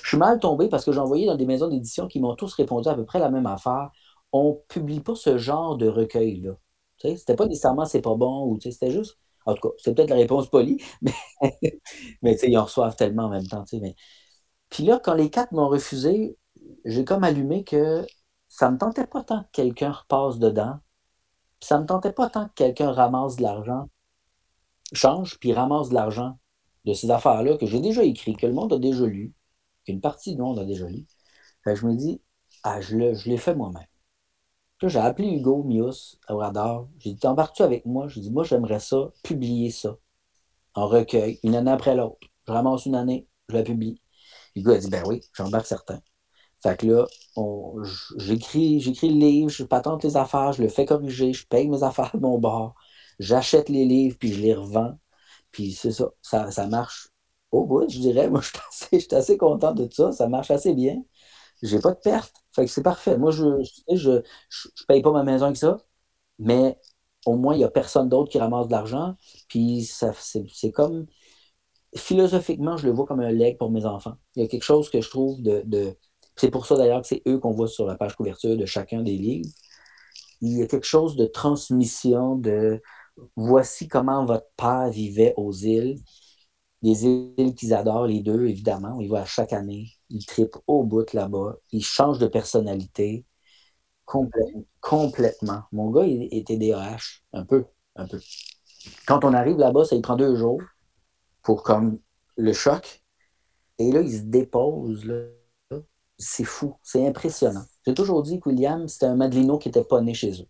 suis mal tombé parce que j'ai envoyé dans des maisons d'édition qui m'ont tous répondu à peu près la même affaire. On publie pas ce genre de recueil-là. Tu sais, c'était pas nécessairement c'est pas bon ou tu sais, c'était juste. En tout cas, c'est peut-être la réponse polie, mais, mais tu sais, ils en reçoivent tellement en même temps. Tu sais, mais... Puis là, quand les quatre m'ont refusé, j'ai comme allumé que ça me tentait pas tant que quelqu'un repasse dedans. Puis ça me tentait pas tant que quelqu'un ramasse de l'argent, change, puis ramasse de l'argent de ces affaires-là que j'ai déjà écrit, que le monde a déjà lu, qu'une partie du monde a déjà lu. Fait que je me dis, ah, je, le, je l'ai fait moi-même. Puis là, j'ai appelé Hugo Mius au Radar. J'ai dit, t'embarques-tu avec moi? J'ai dit, moi, j'aimerais ça, publier ça en recueil, une année après l'autre. Je ramasse une année, je la publie. Hugo a dit, ben oui, j'embarque certain. Fait que là, on, j'écris, j'écris le livre, je patente les affaires, je le fais corriger, je paye mes affaires de mon bord, j'achète les livres, puis je les revends. Puis c'est ça, ça, ça marche au bout, je dirais. Moi, je suis assez, je suis assez content de ça, ça marche assez bien. J'ai pas de perte. Fait que c'est parfait. Moi, je je, je, je, je paye pas ma maison avec ça, mais au moins, il n'y a personne d'autre qui ramasse de l'argent. Puis ça, c'est, c'est comme, philosophiquement, je le vois comme un legs pour mes enfants. Il y a quelque chose que je trouve de, de... C'est pour ça d'ailleurs que c'est eux qu'on voit sur la page couverture de chacun des livres. Il y a quelque chose de transmission, de voici comment votre père vivait aux îles. Des îles qu'ils adorent, les deux, évidemment. On y va à chaque année. Ils trippent au bout là-bas. Ils changent de personnalité. Complètement. Complètement. Mon gars, il est T D A H. Un peu. Un peu. Quand on arrive là-bas, ça lui prend deux jours pour comme le choc. Et là, il se dépose. Là. C'est fou. C'est impressionnant. J'ai toujours dit que William, c'était un Madelino qui n'était pas né chez eux.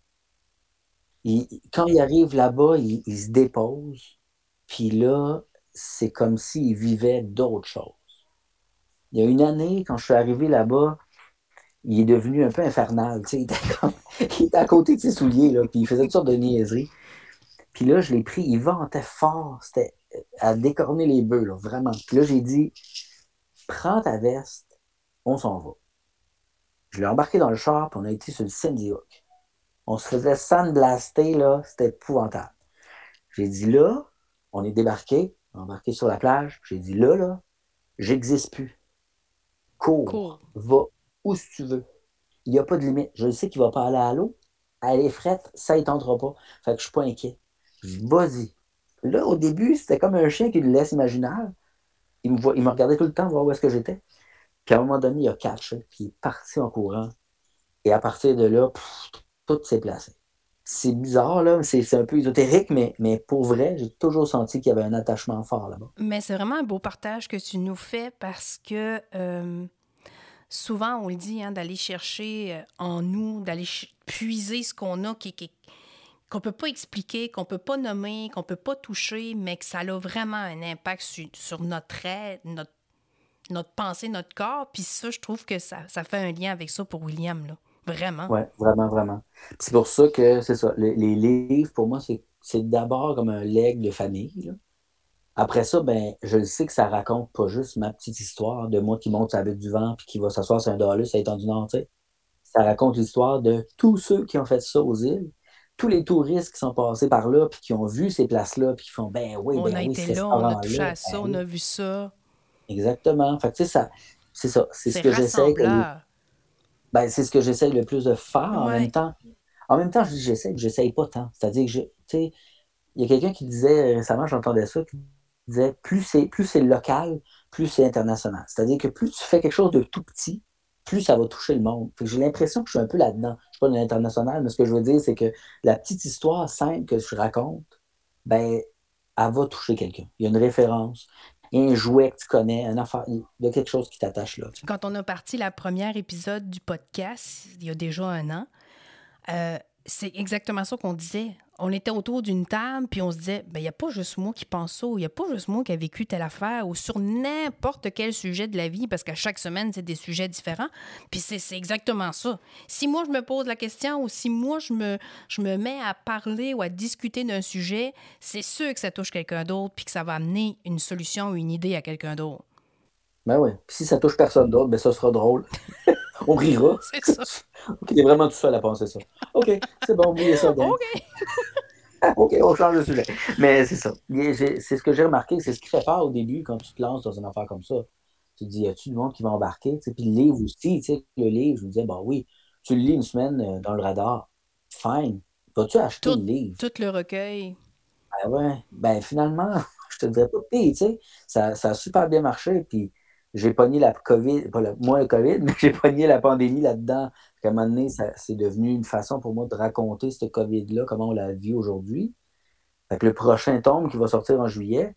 Il, quand il arrive là-bas, il, il se dépose. Puis là, c'est comme s'il vivait d'autres choses. Il y a une année, quand je suis arrivé là-bas, il est devenu un peu infernal. Tu sais, il, était comme, il était à côté de ses souliers, là, puis il faisait toutes sortes de niaiseries. Puis là, je l'ai pris, il vantait fort, c'était à décorner les bœufs, là, vraiment. Puis là, j'ai dit, prends ta veste, on s'en va. Je l'ai embarqué dans le char, puis on a été sur le Sandy Hook. On se faisait sandblaster, là, c'était épouvantable. J'ai dit, là, on est débarqué, embarqué sur la plage. J'ai dit, là, là, j'existe plus. Cours, Cool. va où si tu veux. Il n'y a pas de limite. Je sais qu'il ne va pas aller à l'eau. Elle est frette, ça ne tentera pas. Fait que je ne suis pas inquiet. Je dis, vas-y. Là, au début, c'était comme un chien qui le laisse imaginaire. Il me, voit, il me regardait tout le temps voir où est-ce que j'étais. Puis à un moment donné, il a catché, puis il est parti en courant. Et à partir de là, pff, tout s'est placé. C'est bizarre, là, c'est, c'est un peu ésotérique, mais, mais pour vrai, j'ai toujours senti qu'il y avait un attachement fort là-bas. Mais c'est vraiment un beau partage que tu nous fais parce que euh, souvent, on le dit, hein, d'aller chercher en nous, d'aller ch- puiser ce qu'on a, qui, qui, qu'on ne peut pas expliquer, qu'on ne peut pas nommer, qu'on ne peut pas toucher, mais que ça a vraiment un impact sur, sur notre être, notre, notre pensée, notre corps. Puis ça, je trouve que ça, ça fait un lien avec ça pour William, là. Vraiment. Oui, vraiment, vraiment. Puis c'est pour ça que, c'est ça, les, les livres, pour moi, c'est, c'est d'abord comme un legs de famille, là. Après ça, ben, je le sais que ça raconte pas juste ma petite histoire de moi qui monte avec du vent puis qui va s'asseoir sur un dolus à l'étang du Nord, tu sais. Ça raconte l'histoire de tous ceux qui ont fait ça aux îles, tous les touristes qui sont passés par là puis qui ont vu ces places-là puis qui font, ben oui, On ben a oui, été ce là, on a touché restaurant-là, à ça, ben on oui. a vu ça. Exactement. Fait que, tu sais, ça, c'est ça. C'est ce C'est que j'essaie que les- rassembleur. ben, c'est ce que j'essaie le plus de faire en même Ouais. temps. En même temps, je dis j'essaie, j'essaye pas tant. C'est-à-dire que, je, tu sais, il y a quelqu'un qui disait récemment, j'entendais ça, qui disait plus c'est, plus c'est local, plus c'est international. C'est-à-dire que plus tu fais quelque chose de tout petit, plus ça va toucher le monde. Fait que j'ai l'impression que je suis un peu là-dedans. Je suis pas dans l'international, mais ce que je veux dire, c'est que la petite histoire simple que je raconte, ben, elle va toucher quelqu'un. Il y a une référence, il y a un jouet que tu connais, un affaire, il y a quelque chose qui t'attache là. tu sais. Quand on a parti la première épisode du podcast, il y a déjà un an, euh, c'est exactement ça qu'on disait. On était autour d'une table, puis on se disait, ben il n'y a pas juste moi qui pense ça, il n'y a pas juste moi qui a vécu telle affaire, ou sur n'importe quel sujet de la vie, parce qu'à chaque semaine, c'est des sujets différents. Puis c'est, c'est exactement ça. Si moi, je me pose la question, ou si moi, je me, je me mets à parler ou à discuter d'un sujet, c'est sûr que ça touche quelqu'un d'autre, puis que ça va amener une solution ou une idée à quelqu'un d'autre. Ben oui. Puis si ça touche personne d'autre, ben ça sera drôle. On rira. C'est ça. OK, t'es vraiment tout seul à penser ça. OK, c'est bon, oubliez ça. Donc. OK. OK, on change de sujet. Mais c'est ça. J'ai- C'est ce que j'ai remarqué, c'est ce qui fait peur au début quand tu te lances dans une affaire comme ça. Tu te dis, y a-tu du monde qui va embarquer? Tu sais, puis le livre aussi, tu sais, le livre, je me disais, bah oui, tu le lis une semaine euh, dans le radar, fine. Vas-tu acheter Tout, le livre? tout le recueil. Ben ouais, ben finalement, je te dirais pas pire, tu sais, ça, ça a super bien marché, puis j'ai pogné la COVID, pas le, moi le COVID, mais j'ai pogné la pandémie là-dedans. Puis à un moment donné, ça, c'est devenu une façon pour moi de raconter ce COVID-là, comment on la vit aujourd'hui. Fait que le prochain tome qui va sortir en juillet,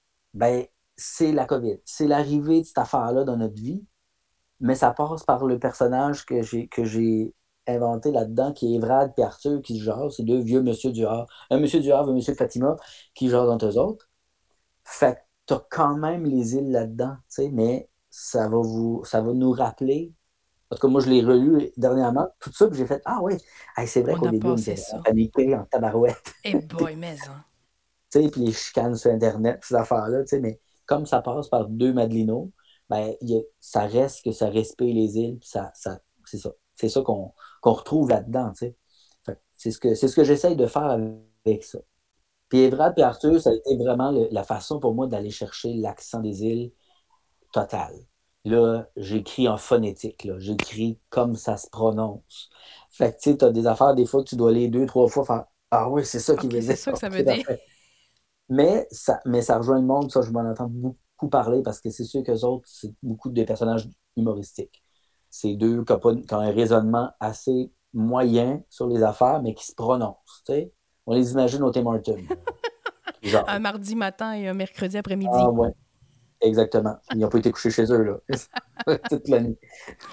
ben c'est la COVID. C'est l'arrivée de cette affaire-là dans notre vie, mais ça passe par le personnage que j'ai que j'ai inventé là-dedans, qui est Evrad et Arthur qui se jasent, ces deux vieux monsieur Duhart. Un monsieur Duhart et un monsieur Fatima qui jasent entre eux autres. Fait que t'as quand même les îles là-dedans, tu sais, mais ça va vous ça va nous rappeler. En tout cas, moi, je l'ai relu dernièrement, tout ça, puis j'ai fait Ah oui, hey, c'est vrai On qu'au a début, on passé était ça. paniqués en tabarouette. Eh boy, mais hein. Tu sais, puis les chicanes sur Internet, ces affaires-là, tu sais, mais comme ça passe par deux Madelinos, ben, y a- ça reste que ça respire les îles, puis ça, ça, c'est ça. C'est ça qu'on qu'on retrouve là-dedans, tu sais. Fait que c'est ce que, c'est ce que j'essaye de faire avec ça. Puis Evrard et Arthur, ça a été vraiment le- la façon pour moi d'aller chercher l'accent des îles total. Là, j'écris en phonétique, là. J'écris comme ça se prononce. Fait que, tu sais, t'as des affaires, des fois, que tu dois lire deux, trois fois, faire Ah oui, c'est ça qui OK, veut c'est dire. ça que ça OK, veut dire. parfait. Mais ça, mais ça rejoint le monde, ça, je m'en entends beaucoup parler parce que c'est sûr qu'eux autres, c'est beaucoup de personnages humoristiques. C'est deux qui ont, pas- qui ont un raisonnement assez moyen sur les affaires, mais qui se prononcent, tu sais. On les imagine au Tim Hortons. Genre, Un mardi matin et un mercredi ah après-midi. ouais, exactement. Ils n'ont pas été couchés chez eux, là, toute la nuit.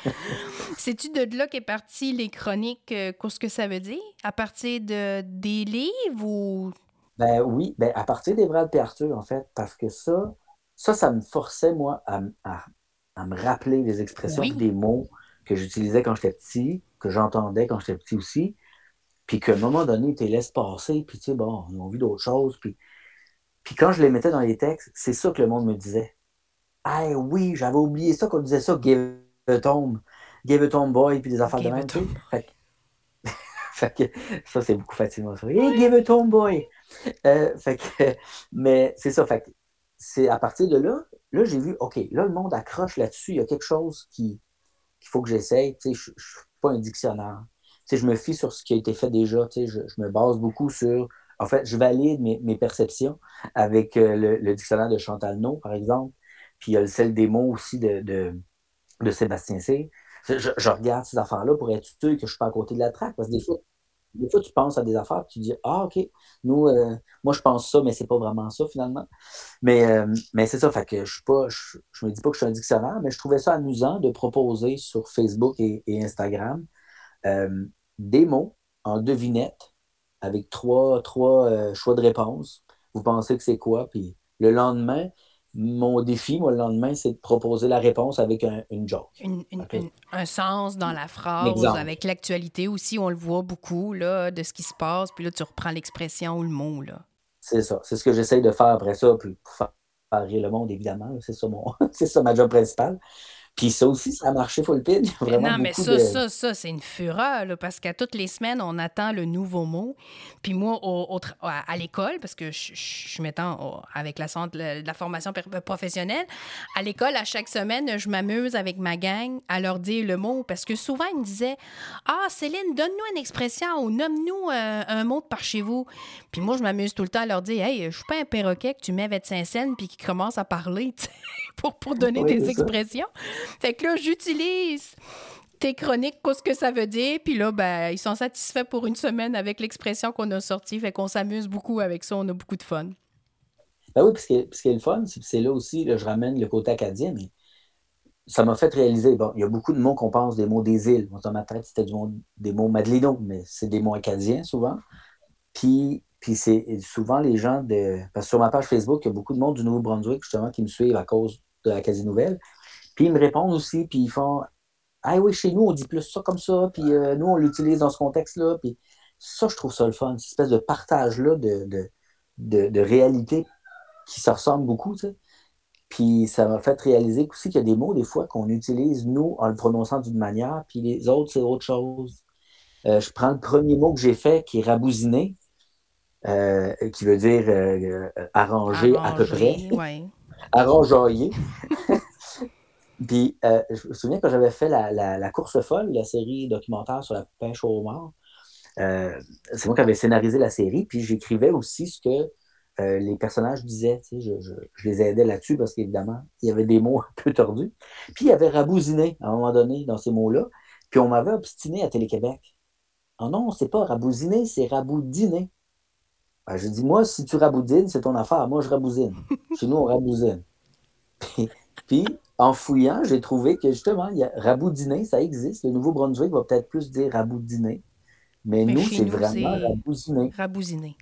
C'est-tu de là qu'est parti les chroniques, euh, qu'est-ce que ça veut dire? À partir de, des livres ou... Ben oui, ben à partir des Brad et Arthur, en fait, parce que ça, ça, ça me forçait, moi, à, m- à, à me rappeler des expressions et Oui. des mots que j'utilisais quand j'étais petit, que j'entendais quand j'étais petit aussi, puis qu'à un moment donné, tu les laisses passer, puis tu sais, bon, ils ont vu d'autres choses, puis, puis quand je les mettais dans les textes, c'est ça que le monde me disait. Ah oui, j'avais oublié ça, qu'on disait ça, give a tomb, give a tomb boy, puis des affaires de Give même, it tu to sais. me. Fait, que- fait que ça, c'est beaucoup facilement ça. Hey, give a tomb boy! Euh, fait que, mais c'est ça, fait que c'est à partir de là, là, j'ai vu, OK, là, le monde accroche là-dessus, il y a quelque chose qui, qu'il faut que j'essaye, tu sais, je ne suis pas un dictionnaire. Tu sais, je me fie sur ce qui a été fait déjà, tu sais, je, je me base beaucoup sur, en fait, je valide mes, mes perceptions avec euh, le, le dictionnaire de Chantal Nault, par exemple, puis il y a celle des mots aussi de, de, de Sébastien C. Je, je regarde ces affaires-là pour être sûr que je ne suis pas à côté de la traque, parce que des fois, des fois, tu penses à des affaires, puis tu dis, ah, OK, nous, euh, moi, je pense ça, mais c'est pas vraiment ça, finalement. Mais, euh, mais c'est ça, fait que je suis pas, je, je me dis pas que je suis un dictionnaire, mais je trouvais ça amusant de proposer sur Facebook et, et Instagram euh, des mots en devinette avec trois, trois euh, choix de réponse. Vous pensez que c'est quoi? Puis le lendemain, mon défi, moi, le lendemain, c'est de proposer la réponse avec un, une joke. Une- une- OK? une- un sens dans la Un phrase, exemple. avec l'actualité aussi, on le voit beaucoup, là, de ce qui se passe, puis là, tu reprends l'expression ou le mot, là. C'est ça. C'est ce que j'essaye de faire après ça, puis pour faire faire rire le monde, évidemment. C'est ça, mon... c'est ça ma job principale. Puis ça aussi, ça a marché full pin. Il y a Ben vraiment non, mais beaucoup ça, de. ça, ça, c'est une fureur, là, parce qu'à toutes les semaines, on attend le nouveau mot. Puis moi, au, au tra- à, à l'école, parce que je, je suis mettant au- avec la, centre, la, la formation per- professionnelle, à l'école, à chaque semaine, je m'amuse avec ma gang à leur dire le mot, parce que souvent, ils me disaient « Ah, Céline, donne-nous une expression ou nomme-nous euh, un mot de par chez vous. » Puis moi, je m'amuse tout le temps à leur dire « Hey, je suis pas un perroquet que tu mets avec Saint-Saëns puis qui commence à parler, tu sais, pour, pour donner Oui, des c'est ça. expressions. » Fait que là, j'utilise tes chroniques, qu'est-ce que ça veut dire. Puis là, ben, ils sont satisfaits pour une semaine avec l'expression qu'on a sortie. Fait qu'on s'amuse beaucoup avec ça. On a beaucoup de fun. Ben oui, puis ce qui est, puis ce qui est le fun, c'est c'est là aussi, là, je ramène le côté acadien, mais ça m'a fait réaliser, bon, il y a beaucoup de mots qu'on pense des mots des îles. Moi, dans ma tête, c'était du mot- des mots madelinos, mais c'est des mots acadiens souvent. Puis, puis c'est souvent les gens de. Parce que sur ma page Facebook, il y a beaucoup de monde du Nouveau-Brunswick, justement, qui me suivent à cause de l'Acadie Nouvelle. Puis ils me répondent aussi, puis ils font Ah oui, chez nous, on dit plus ça comme ça, puis euh, nous, on l'utilise dans ce contexte-là. Puis ça, je trouve ça le fun, cette espèce de partage-là de, de, de, de réalité qui se ressemble beaucoup, tu sais. Puis ça m'a fait réaliser aussi qu'il y a des mots, des fois, qu'on utilise, nous, en le prononçant d'une manière, puis les autres, c'est autre chose. Euh, je prends le premier mot que j'ai fait, qui est rabousiné, euh, qui veut dire euh, euh, arranger à peu près, Arrangé, oui. arrangeailler. Puis, euh, je me souviens quand j'avais fait la, la, la course folle, la série documentaire sur la pêche au homard, euh, c'est moi qui avais scénarisé la série, puis j'écrivais aussi ce que euh, les personnages disaient. Tu sais, je, je, je les aidais là-dessus parce qu'évidemment, il y avait des mots un peu tordus. Puis, il y avait rabousiné à un moment donné dans ces mots-là. Puis, on m'avait obstiné à Télé-Québec. Oh non, c'est pas rabousiner, c'est raboudiner. Ben, j'ai dit, moi, si tu raboudines, c'est ton affaire. Moi, je rabousine. Chez nous, on rabousine. Puis, puis, en fouillant, j'ai trouvé que justement, il y a raboudiner, ça existe. Le Nouveau-Brunswick va peut-être plus dire raboudiner. Mais Mais nous, chez c'est nous, vraiment c'est rabousiner. rabousiner.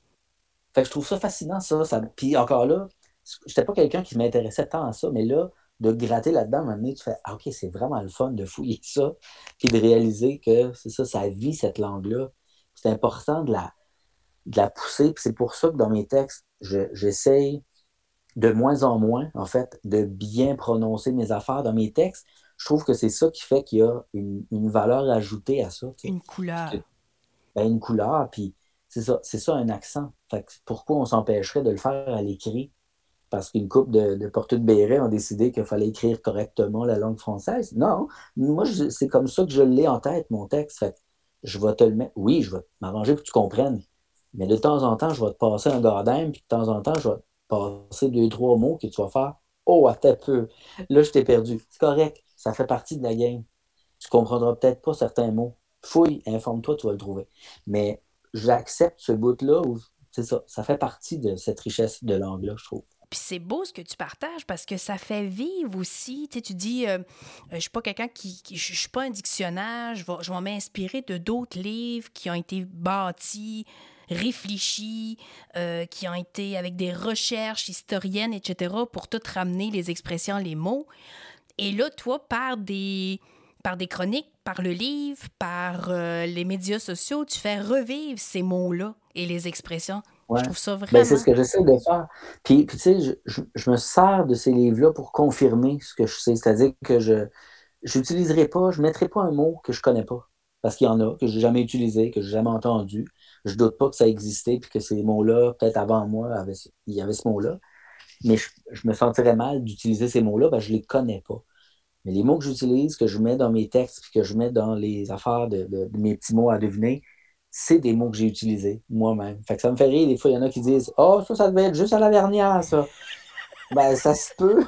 Fait que je trouve ça fascinant, ça. ça... Puis encore là, j'étais pas quelqu'un qui m'intéressait tant à ça, mais là, de gratter là-dedans, à un moment donné, tu fais ah, OK, c'est vraiment le fun de fouiller ça, puis de réaliser que c'est ça, ça vit cette langue-là. C'est important de la, de la pousser. Puis c'est pour ça que dans mes textes, je, j'essaye de moins en moins, en fait, de bien prononcer mes affaires dans mes textes. Je trouve que c'est ça qui fait qu'il y a une, une valeur ajoutée à ça. Tu sais. Une couleur. Ben, une couleur, puis c'est ça, c'est ça un accent. Fait que pourquoi on s'empêcherait de le faire à l'écrit? Parce qu'une couple de, de porteux de béret ont décidé qu'il fallait écrire correctement la langue française. Non, moi, je- c'est comme ça que je l'ai en tête, mon texte. Fait que je vais te le mettre. Oui, je vais m'arranger pour que tu comprennes. Mais de temps en temps, je vais te passer un gardin, puis de temps en temps, je vais te passer deux, trois mots que tu vas faire. Oh, attends un peu. Là, je t'ai perdu. C'est correct. Ça fait partie de la game. Tu comprendras peut-être pas certains mots. Fouille, informe-toi, tu vas le trouver. Mais j'accepte ce bout-là où, c'est ça, ça fait partie de cette richesse de langue-là, je trouve. Puis c'est beau ce que tu partages parce que ça fait vivre aussi. Tu sais, tu dis, euh, euh, je suis pas quelqu'un qui, qui- je je suis pas un dictionnaire. Je vais, je vais m'inspirer de d'autres livres qui ont été bâtis, réfléchis, euh, qui ont été avec des recherches historiennes, et cetera, pour tout ramener les expressions, les mots. Et là, toi, par des, par des chroniques, par le livre, par euh, les médias sociaux, tu fais revivre ces mots-là et les expressions. Je Ouais. trouve ça Ben, c'est ce vraiment... que j'essaie de faire. Puis, puis tu sais, je, je- je me sers de ces livres-là pour confirmer ce que je sais. C'est-à-dire que je j'utiliserai pas, je mettrai pas un mot que je connais pas. Parce qu'il y en a que j'ai jamais utilisé, que j'ai jamais entendu. Je doute pas que ça existait, puis que ces mots-là, peut-être avant moi, avaient ce- il y avait ce mot-là. Mais je, je me sentirais mal d'utiliser ces mots-là, parce que je les connais pas. Mais les mots que j'utilise, que je mets dans mes textes, puis que je mets dans les affaires de, de- de mes petits mots à deviner, c'est des mots que j'ai utilisés moi-même. Fait que ça me fait rire. Des fois, il y en a qui disent oh, ça, ça devait être juste à la vernière, ça. Ben, ça se peut,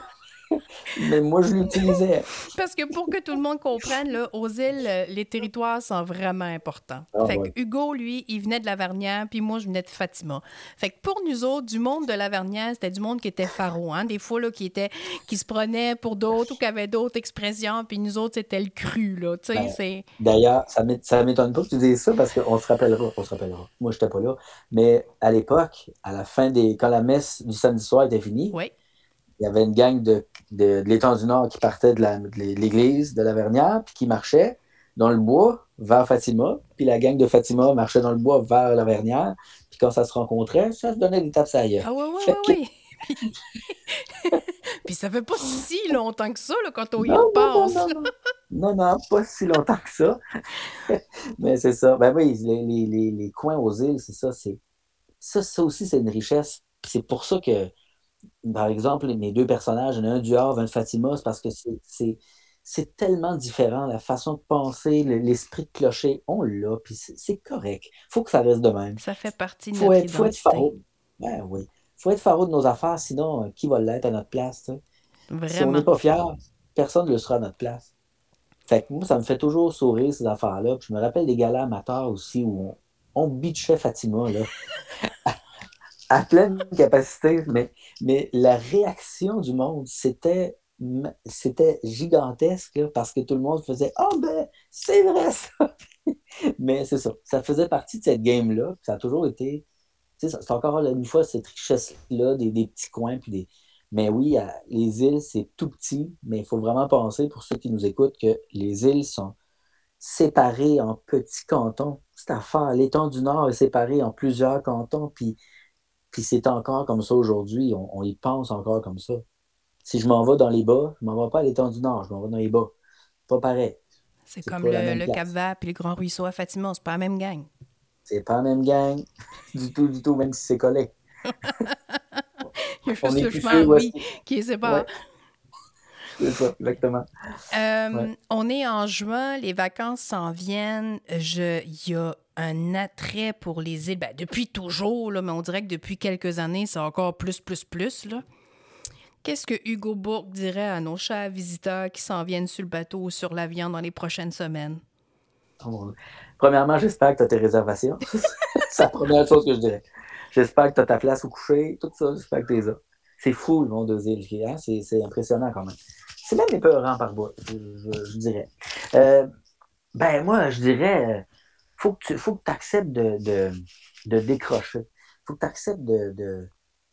mais moi, je l'utilisais. Parce que pour que tout le monde comprenne, là, aux îles, euh, les territoires sont vraiment importants. Ah, Fait que ouais. Hugo, lui, il venait de la Vernière, puis moi, je venais de Fatima. Fait que pour nous autres, du monde de la Vernière, c'était du monde qui était faro, hein? Des fois, là, qui, était, qui se prenait pour d'autres ou qui avait d'autres expressions, puis nous autres, c'était le cru, là. Tu sais, Ben, c'est... d'ailleurs, ça m'é- ça m'étonne pas que tu dises ça parce qu'on se rappellera, on se rappellera. Moi, je n'étais pas là. Mais à l'époque, à la fin des. Quand la messe du samedi soir était finie, Oui. il y avait une gang de, de, de l'étang du Nord qui partait de, la- de l'église de la Vernière, puis qui marchait dans le bois vers Fatima, puis la gang de Fatima marchait dans le bois vers la Vernière, puis quand ça se rencontrait, ça se donnait des tapes à la gueule. Ah ouais, ouais, Fait que, ouais, ouais. Puis, puis ça fait pas si longtemps que ça, là, quand on y non, non, non, repense, non, là. non. Non, non, pas si longtemps que ça. Mais c'est ça. Ben oui, les, les, les, les coins aux îles, c'est ça. C'est, ça, ça aussi, c'est une richesse. Puis c'est pour ça que, par exemple, mes deux personnages, il y en a un du Havre, un de Fatima, c'est parce que c'est, c'est, c'est tellement différent. La façon de penser, le- l'esprit de clocher, on l'a, puis c'est, c'est correct. Faut que ça reste de même. Ça fait partie de Faut notre être, faut être identité. faro. Ben oui. Faut être faro de nos affaires, sinon, euh, qui va l'être à notre place, tu sais? Si on n'est Vraiment. pas fier, personne ne le sera à notre place. Fait que moi, ça me fait toujours sourire, ces affaires-là. Puis je me rappelle des galas amateurs aussi où on, on bitchait Fatima, là, à pleine capacité. Mais, mais la réaction du monde, c'était, c'était gigantesque, là, parce que tout le monde faisait « Ah, oh, ben, c'est vrai, ça! » Mais c'est ça. Ça faisait partie de cette game-là. Puis ça a toujours été... Tu sais, c'est encore une fois cette richesse-là, des, des petits coins, puis des... Mais oui, à- les îles, c'est tout petit, mais il faut vraiment penser, pour ceux qui nous écoutent, que les îles sont séparées en petits cantons. C'est affaire. L'étang du Nord est séparé en plusieurs cantons, puis, puis c'est encore comme ça aujourd'hui. On, on y pense encore comme ça. Si je m'en vais dans les bas, je m'en vais pas à l'étang du Nord, je m'en vais dans les bas. Pas pareil. C'est C'est comme pas la le, même le place. Cap-Vert puis le Grand Ruisseau à Fatima, c'est pas la même gang. C'est pas la même gang. Du tout, du tout, même si c'est collé. Il y a On juste est le plus chemin, sûr où est-ce oui, que- qui est séparé. Ouais. C'est ça, exactement. Euh, Ouais. on est en juin, les vacances s'en viennent. Je, il y a un attrait pour les îles. Ben, depuis toujours, là, mais on dirait que depuis quelques années, c'est encore plus, plus, plus. Là. Qu'est-ce que Hugo Bourque dirait à nos chers visiteurs qui s'en viennent sur le bateau ou sur l'avion dans les prochaines semaines? Oh mon Dieu. Premièrement, j'espère que tu as tes réservations. C'est la première chose que je dirais. J'espère que tu as ta place au coucher, tout ça, j'espère que tu les as. C'est fou, le monde des îles. Hein? C'est, c'est impressionnant quand même. C'est même épeurant par bout, je, je, je dirais. Euh, ben, moi, je dirais, faut que tu faut que acceptes de, de, de décrocher. Faut que tu acceptes de, de.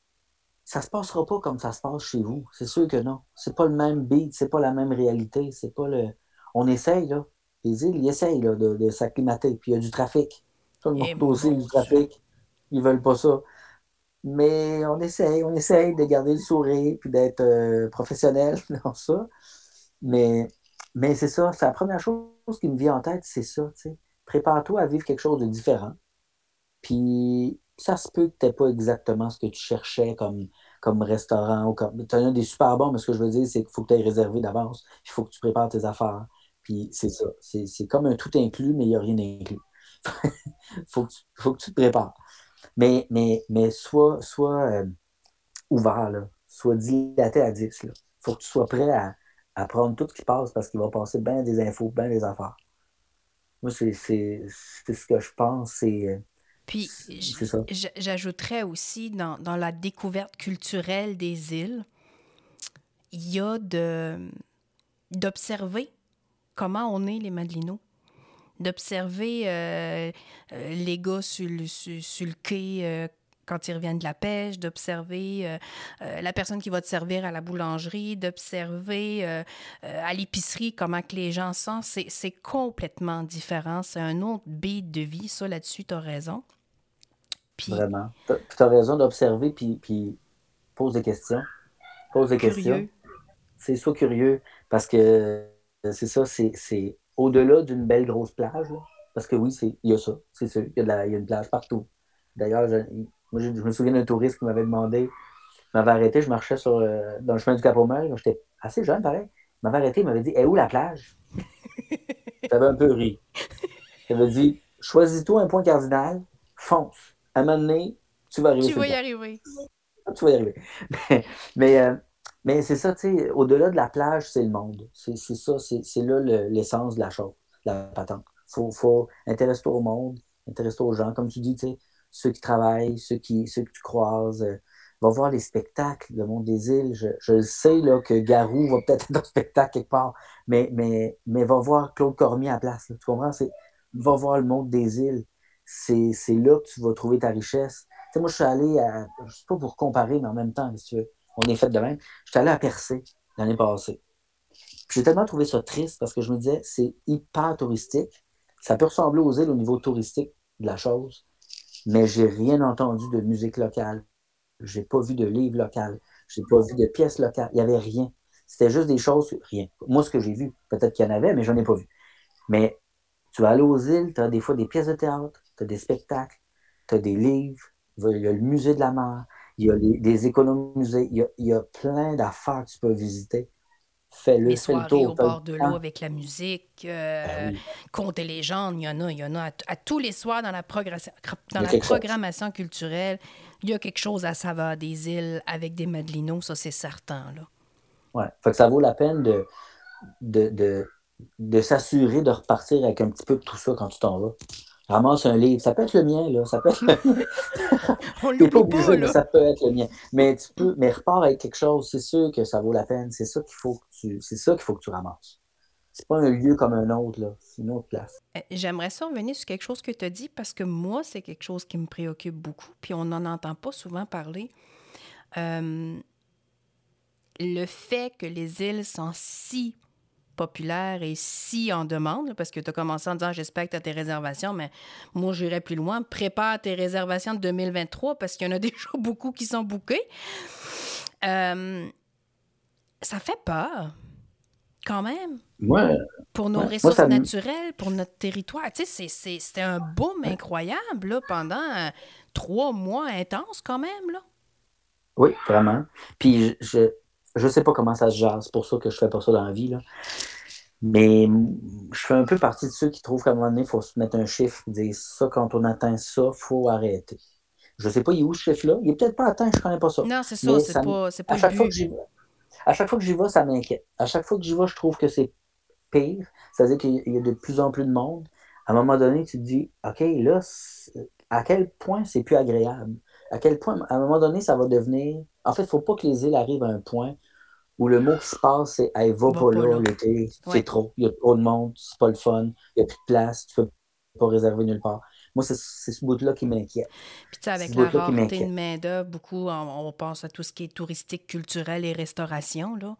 Ça se passera pas comme ça se passe chez vous. C'est sûr que non. C'est pas le même beat, c'est pas la même réalité. C'est pas le. On essaye, là. Les îles, ils essayent là, de, de s'acclimater. Puis il y a du trafic. Tout le monde Eh aussi, mon du Dieu! trafic. Ils veulent pas ça. Mais on essaye, on essaye de garder le sourire puis d'être euh, professionnel dans ça. Mais, mais c'est ça, c'est la première chose qui me vient en tête, c'est ça, tu sais. Prépare-toi à vivre quelque chose de différent. Puis ça se peut que tu n'aies pas exactement ce que tu cherchais comme, comme restaurant ou comme. Tu en as des super bons, mais ce que je veux dire, c'est qu'il faut que tu aies réservé d'avance. Il faut que tu prépares tes affaires. Puis c'est ça. C'est, c'est comme un tout inclus, mais il n'y a rien inclus. Il faut, que tu- faut que tu te prépares. Mais, mais, mais sois, sois euh, ouvert, là. Sois dilaté à dix. Il faut que tu sois prêt à, à prendre tout ce qui passe parce qu'il va passer bien des infos, bien des affaires. Moi, c'est, c'est, c'est ce que je pense. C'est, euh, Puis, j- c'est ça. j- j'ajouterais aussi dans, dans la découverte culturelle des îles, il y a de, d'observer comment on est les Madelinots, d'observer euh, euh, les gars sur le, sur, sur le quai euh, quand ils reviennent de la pêche, d'observer euh, euh, la personne qui va te servir à la boulangerie, d'observer euh, euh, à l'épicerie comment que les gens sont. C'est, c'est complètement différent. C'est un autre beat de vie. Ça, là-dessus, tu as raison. Puis, Vraiment. Tu as raison d'observer, puis, puis pose des questions. Pose des questions. curieux. C'est soit curieux, parce que euh, c'est ça, c'est, c'est au-delà d'une belle grosse plage. Là. Parce que oui, c'est, il y a ça, c'est sûr. Il y a, de la, il y a une plage partout. D'ailleurs, je, moi, je, je me souviens d'un touriste qui m'avait demandé, m'avait arrêté, je marchais sur, euh, dans le chemin du Cap-aux-Mers, j'étais assez jeune, pareil. Il m'avait arrêté, il m'avait dit, est où la plage? J'avais un peu ri. Il m'avait dit, choisis-toi un point cardinal, fonce. À un moment donné, tu vas arriver Tu sur le vas y point. arriver. Tu vas y arriver. Mais, mais, euh, mais c'est ça, tu sais, au-delà de la plage, c'est le monde. C'est, c'est ça, c'est, c'est là le- l'essence de la chose, de la patente. Faut, faut intéresse-toi au monde, intéresse-toi aux gens, comme tu dis, tu sais, ceux qui travaillent, ceux qui, ceux que tu croises. Euh, va voir les spectacles, le monde des îles. Je, je le sais là, que Garou va peut-être être en spectacle quelque part, mais, mais, mais va voir Claude Cormier à la place. Là, tu comprends? C'est, va voir le monde des îles. C'est, c'est là que tu vas trouver ta richesse. Tu sais, moi, je suis allé à, je sais pas pour comparer, mais en même temps, si tu veux, on est fait de même. Je suis allé à Percé l'année passée. Puis j'ai tellement trouvé ça triste parce que je me disais, c'est hyper touristique. Ça peut ressembler aux îles au niveau touristique de la chose, mais j'ai rien entendu de musique locale. J'ai pas vu de livre local. J'ai pas vu de pièces locales. Il y avait rien. C'était juste des choses, rien. Moi, ce que j'ai vu, peut-être qu'il y en avait, mais j'en ai pas vu. Mais tu vas aller aux îles, tu as des fois des pièces de théâtre, tu as des spectacles, tu as des livres, il y a le musée de la mer, il y a les, des économusées, il y a, il y a plein d'affaires que tu peux visiter. Les Fais-le, fais le soirées tour, au tu as le bord de l'eau temps. avec la musique, Ben euh, oui, contes et légendes, il y en a, il y en a à, à tous les soirs dans la, progression- dans il y a la quelque chose. programmation culturelle. Il y a quelque chose à saveur des îles avec des Madelinos, ça c'est certain. Là. Ouais. Fait que ça vaut la peine de, de, de, de s'assurer de repartir avec un petit peu de tout ça quand tu t'en vas. Ramasse un livre. Ça peut être le mien, là. Ça peut être le mien. On T'es pas l'oublie pas, obligé, mais là. ça peut être le mien. Mais tu peux, mais repars avec quelque chose. C'est sûr que ça vaut la peine. C'est ça qu'il faut que tu, c'est ça qu'il faut que tu ramasses. C'est pas un lieu comme un autre, là. C'est une autre place. Euh, J'aimerais ça revenir sur quelque chose que tu as dit parce que moi, c'est quelque chose qui me préoccupe beaucoup, puis on n'en entend pas souvent parler. Euh, le fait que les îles sont si populaires et si en demande, parce que tu as commencé en disant j'espère que tu as tes réservations, mais moi j'irai plus loin. Prépare tes réservations de deux mille vingt-trois parce qu'il y en a déjà beaucoup qui sont bookées. Euh, ça fait peur, quand même, Moi, pour nos ouais. Moi, ressources ça me. naturelles, pour notre territoire. Tu sais, c'est- c'est- c'était un boom Ouais. incroyable là, pendant euh, trois mois intenses quand même. Là. Oui, vraiment. Puis je, je- je sais pas comment ça se jase, c'est pour ça que je fais pas ça dans la vie, là. Mais je fais un peu partie de ceux qui trouvent qu'à un moment donné, il faut se mettre un chiffre et dire ça, quand on atteint ça, il faut arrêter. Je sais pas, il est où ce chiffre-là? Il est peut-être pas atteint, je connais pas ça. Non, c'est ça, Mais c'est ça m- pas, c'est pas à le chaque fois que but. j'y vais, à chaque fois que j'y vais, ça m'inquiète. À chaque fois que j'y vais, je trouve que c'est pire. C'est-à-dire qu'il y a il y a de plus en plus de monde. À un moment donné, tu te dis, OK, là, c'est- à quel point c'est plus agréable? À quel point, à un moment donné, ça va devenir. En fait, il ne faut pas que les îles arrivent à un point où le mot qui se passe, c'est Hey, va Va pas pas là, là. l'été, Ouais. c'est trop. Il y a trop de monde, c'est pas le fun, il n'y a plus de place, tu peux pas réserver nulle part. Moi, c'est c'est ce bout-là qui m'inquiète. Puis tu sais, C'est avec ce la bout-là qui rareté de m'inquiète. main-d'œuvre, beaucoup, on, on pense à tout ce qui est touristique, culturel et restauration, là.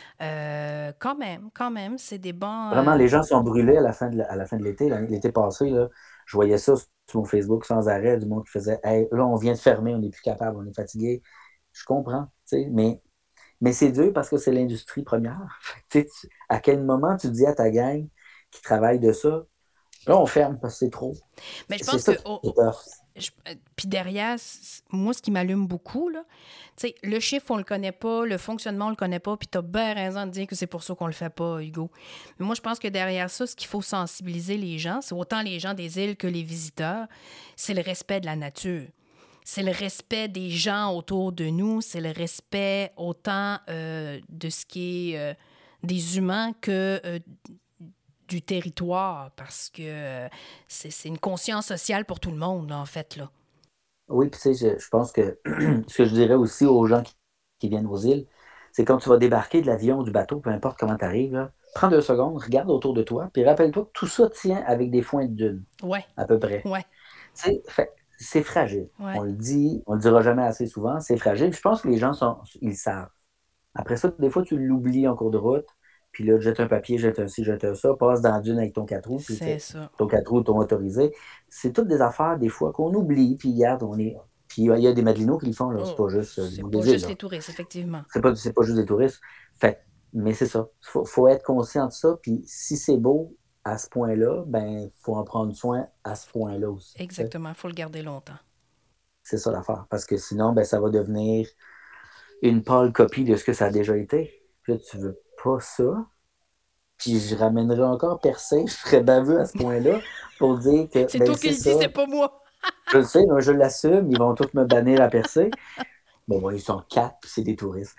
Euh, quand même, quand même, c'est des bons. Vraiment, euh, les gens sont brûlés à la fin de, la- à la fin de l'été. L'année- L'été passé, là, je voyais ça sur mon Facebook sans arrêt, du monde qui faisait Hey, là, on vient de fermer, on n'est plus capable, on est fatigué. Je comprends, tu sais, mais, mais c'est dur parce que c'est l'industrie première. Fait que, tu sais, tu- à quel moment tu dis à ta gang qui travaille de ça, là, on ferme parce que c'est trop. Mais je C'est pense que ça qui au- est au- tough. je- euh, puis derrière, c- moi, ce qui m'allume beaucoup, là, tu sais, le chiffre, on le connaît pas, le fonctionnement, on le connaît pas, puis tu as bien raison de dire que c'est pour ça qu'on le fait pas, Hugo. Mais moi, je pense que derrière ça, ce qu'il faut sensibiliser les gens, c'est autant les gens des îles que les visiteurs, c'est le respect de la nature. C'est le respect des gens autour de nous, c'est le respect autant euh, de ce qui est euh, des humains que euh, du territoire, parce que euh, c'est c'est une conscience sociale pour tout le monde, là, en fait, là. Oui, puis tu sais, je, je pense que ce que je dirais aussi aux gens qui, qui viennent aux îles, c'est quand tu vas débarquer de l'avion, du bateau, peu importe comment tu arrives, prends deux secondes, regarde autour de toi, puis rappelle-toi que tout ça tient avec des foins de dune, Ouais, à peu près. ouais, Tu sais, fait- c'est fragile. ouais. On le dit, on le dira jamais assez souvent, c'est fragile. Je pense que les gens sont, ils le savent. Après ça, des fois, tu l'oublies en cours de route, puis là, jette un papier, jette un ci, jette un ça, passe dans la dune avec ton quatre roues, puis C'est fait ça. ton quatre roues, ton motorisé. C'est toutes des affaires, des fois, qu'on oublie, puis regarde, on est. Puis il y a des Madelinos qui le font, là. C'est Oh, pas juste euh, le c'est monde pas des îles, juste là. les touristes, effectivement. C'est pas, c'est pas juste des touristes. Fait, mais c'est ça. Faut, faut être conscient de ça, puis si c'est beau à ce point-là, ben, faut en prendre soin à ce point-là aussi. Tu sais. Exactement, il faut le garder longtemps. C'est ça l'affaire. Parce que sinon, ben, ça va devenir une pâle copie de ce que ça a déjà été. Puis là, tu veux pas ça. Puis je ramènerais encore personne, je serais baveux à ce point-là pour dire que C'est ben toi qui c'est le dis, ça. c'est pas moi. Je le sais, moi je l'assume, ils vont tous me bannir à percer. Bon, bon, ils sont quatre, puis c'est des touristes.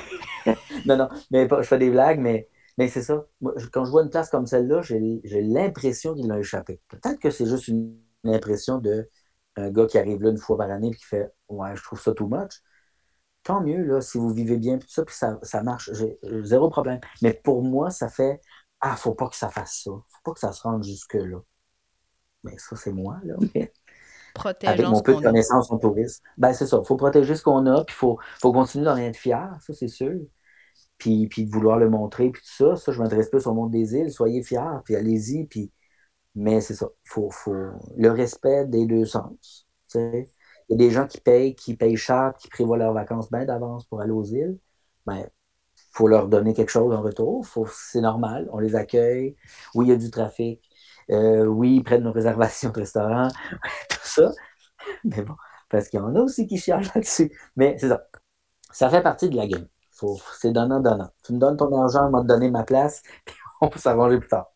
non, non, mais pas, je fais des blagues, mais, mais c'est ça. Moi, je- quand je vois une place comme celle-là, j'ai, j'ai l'impression qu'ils l'ont échappé. Peut-être que c'est juste une, une impression de un gars qui arrive là une fois par année et qui fait Ouais, je trouve ça too much. Tant mieux, là, si vous vivez bien, puis tout ça, puis ça, ça marche, j'ai j'ai zéro problème. Mais pour moi, ça fait Ah, faut pas que ça fasse ça. Faut pas que ça se rende jusque-là. Mais ça, c'est moi, là. Mais avec Protégeons mon ce peu de qu'on a. connaissances en tourisme. Ben, c'est ça. Il faut protéger ce qu'on a, puis il faut, faut continuer d'en être fier, ça, c'est sûr. Puis, puis de vouloir le montrer, puis tout ça. Ça, je m'adresse plus au monde des îles. Soyez fiers, puis allez-y. Puis... Mais c'est ça. Faut, faut... Le respect des deux sens. Tu sais. Il y a des gens qui payent, qui payent cher, qui prévoient leurs vacances bien d'avance pour aller aux îles. Ben, il faut leur donner quelque chose en retour. Faut... C'est normal. On les accueille. Oui, il y a du trafic. Euh, oui, ils prennent nos réservations de restaurant. Tout ça. Mais bon, parce qu'il y en a aussi qui chialent là-dessus. Mais c'est ça. Ça fait partie de la game. Faut, c'est donnant-donnant. Tu me donnes ton argent, on va te donner ma place, puis on peut s'arranger plus tard.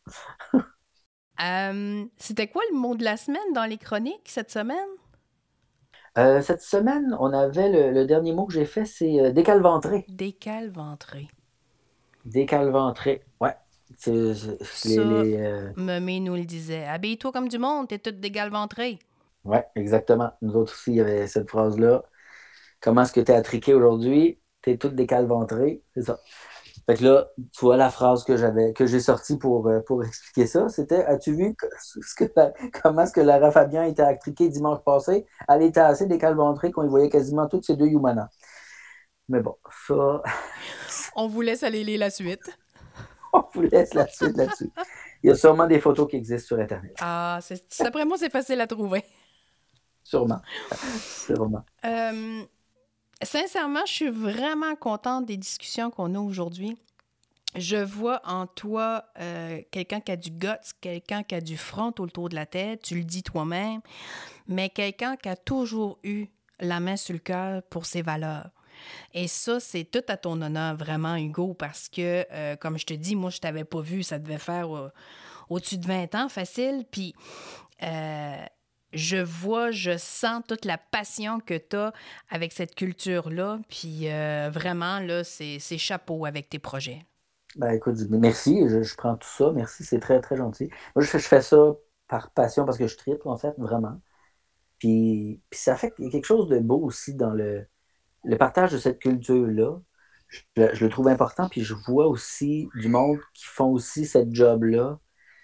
Euh, c'était quoi le mot de la semaine dans les chroniques cette semaine? Euh, cette semaine, on avait le, le dernier mot que j'ai fait, c'est euh, décalventré. Décalventré. Décalventré. Ouais. C'est, c'est, c'est les, Ça, les, euh, Memé nous le disait. Habille-toi comme du monde, t'es toute dégalventrée. Ouais, exactement. Nous autres aussi, il y avait cette phrase-là. Comment est-ce que tu es attriqué aujourd'hui? T'es toute décalventrée. C'est ça. Fait que là, tu vois la phrase que j'avais, que j'ai sortie pour, euh, pour expliquer ça, c'était As-tu vu que, ce que, comment est-ce que Lara Fabian était attriquée dimanche passé? Elle était assez décalventrée qu'on y voyait quasiment toutes ces deux Humana. Mais bon, ça, On vous laisse aller lire la suite. on vous laisse la suite là-dessus. Il y a sûrement des photos qui existent sur Internet. Ah, c'est, d'après moi, c'est facile à trouver. Sûrement. Sûrement. Euh, sincèrement, je suis vraiment contente des discussions qu'on a aujourd'hui. Je vois en toi euh, quelqu'un qui a du guts, quelqu'un qui a du front autour de la tête, tu le dis toi-même, mais quelqu'un qui a toujours eu la main sur le cœur pour ses valeurs. Et ça, c'est tout à ton honneur, vraiment, Hugo, parce que, euh, comme je te dis, moi, je t'avais pas vu, ça devait faire euh, au-dessus de vingt ans, facile. Puis, euh, je vois, je sens toute la passion que tu as avec cette culture-là. Puis, euh, vraiment, là, c'est, c'est chapeau avec tes projets. Ben écoute, merci, je, je prends tout ça, merci, c'est très, très gentil. Moi, je, fais- je fais ça par passion parce que je tripe, en fait, vraiment. Puis, puis ça fait qu'il y a quelque chose de beau aussi dans le, le partage de cette culture-là. Je, le je le trouve important, puis je vois aussi du monde qui font aussi cette job-là.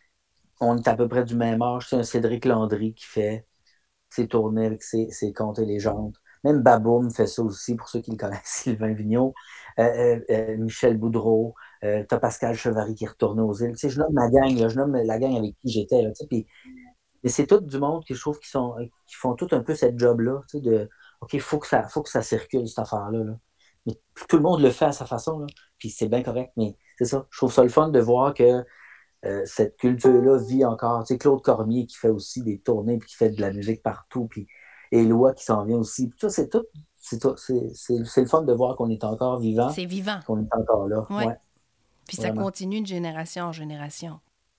On est à peu près du même âge. C'est un Cédric Landry qui fait ses tournées avec ses, ses contes et légendes. Même Baboum fait ça aussi, pour ceux qui le connaissent, Sylvain Vigneault, euh, euh, euh, Michel Boudreau, euh, t'as Pascal Chevary qui est retourné aux îles. Tu sais, je nomme ma gang, là, je nomme la gang avec qui j'étais. Là, tu sais, puis, mais c'est tout du monde que je trouve qui, sont, qui font tout un peu cette job-là, tu sais, de OK, il faut que ça, faut que ça circule, cette affaire-là. Là. Mais tout le monde le fait à sa façon, là, puis c'est bien correct, mais c'est ça. Je trouve ça le fun de voir que euh, cette culture-là vit encore. Tu sais, Claude Cormier qui fait aussi des tournées puis qui fait de la musique partout, puis Éloi qui s'en vient aussi. Puis ça, c'est tout. C'est, tout, c'est, c'est, c'est le fun de voir qu'on est encore vivant, C'est vivant. qu'on est encore là. Ouais. Ouais, Puis ça vraiment. continue de génération en génération.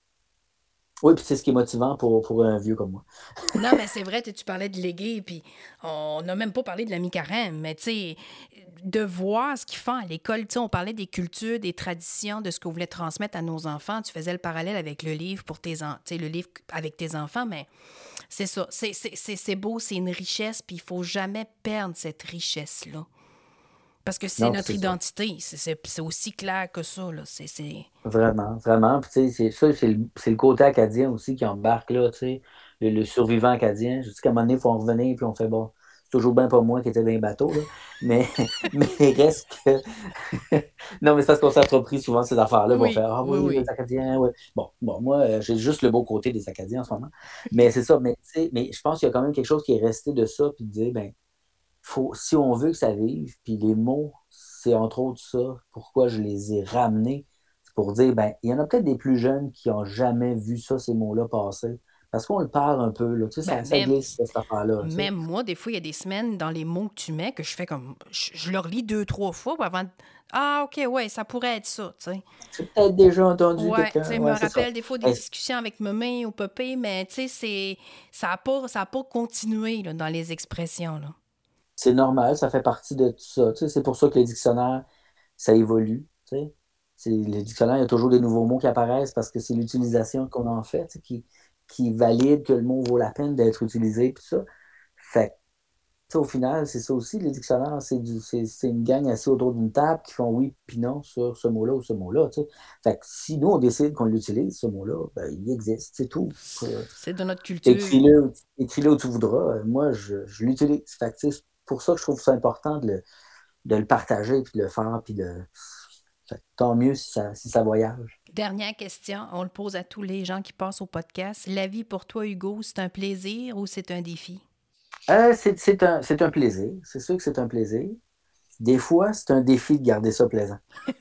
Oui, puis c'est ce qui est motivant pour, pour un vieux comme moi. Non, mais c'est vrai, tu tu parlais de léguer, puis on n'a même pas parlé de la mi-carême, mais tu sais, de voir ce qu'ils font à l'école, tu sais, on parlait des cultures, des traditions, de ce qu'on voulait transmettre à nos enfants. Tu faisais le parallèle avec le livre pour tes en... tu sais, le livre avec tes enfants, mais c'est ça, c'est, c'est, c'est, c'est beau, c'est une richesse, puis il faut jamais perdre cette richesse-là. Parce que c'est Non, notre c'est ça. identité, c'est, c'est, c'est aussi clair que ça, là. C'est, c'est... Vraiment, vraiment. Puis, tu sais, c'est ça, c'est le, c'est le côté acadien aussi qui embarque là, tu sais, le, le survivant acadien. Je dis qu'à un moment donné, il faut en revenir, puis on fait, bon, c'est toujours bien pas moi qui étais dans les bateaux, là. Mais, mais il reste que. Non, mais c'est parce qu'on s'approprie souvent ces affaires-là, puis on fait, Oui, ah oui, oui, les oui. Acadiens, ouais. Bon, bon, moi, euh, j'ai juste le beau côté des Acadiens en ce moment. Mais c'est ça, mais, tu sais, mais je pense qu'il y a quand même quelque chose qui est resté de ça, puis de dire, ben, faut, si on veut que ça vive, puis les mots, c'est entre autres ça, pourquoi je les ai ramenés, c'est pour dire, ben, il y en a peut-être des plus jeunes qui n'ont jamais vu ça, ces mots-là passer. Parce qu'on le perd un peu, là. Tu sais, Ben, ça, ça même, glisse, cette affaire-là, tu sais. même moi, des fois, il y a des semaines dans les mots que tu mets que je fais comme. Je, je leur lis deux, trois fois pour avant de. Ah, OK, ouais, ça pourrait être ça, tu sais. J'ai peut-être déjà entendu Ouais, tu quelqu'un. sais, me Ouais, c'est ça. rappelle des fois des Ben, discussions avec maman ou papa, mais tu sais, c'est. Ça n'a pas, ça a pas continué là, dans les expressions, là. c'est normal, ça fait partie de tout ça. Tu sais, c'est pour ça que les dictionnaires, ça évolue. Tu sais. C'est, les dictionnaires, il y a toujours des nouveaux mots qui apparaissent parce que c'est l'utilisation qu'on en fait, tu sais, qui, qui valide que le mot vaut la peine d'être utilisé, puis ça. Fait que, tu sais, au final, c'est ça aussi, les dictionnaires, c'est, du, c'est, c'est une gang assise autour d'une table qui font oui puis non sur ce mot-là ou ce mot-là. Tu sais. Fait que si nous, on décide qu'on l'utilise, ce mot-là, ben, il existe, c'est tout. Euh, C'est de notre culture. écris-le, écris-le où tu voudras. Euh, Moi, je, je l'utilise. Fait que, tu sais, c'est pour ça que je trouve ça important de le, de le partager, puis de le faire, puis de. Fait que tant mieux si ça, si ça voyage. Dernière question, on le pose à tous les gens qui passent au podcast. La vie pour toi, Hugo, c'est un plaisir ou c'est un défi? Euh, c'est, c'est un, c'est un plaisir. C'est sûr que c'est un plaisir. Des fois, c'est un défi de garder ça plaisant.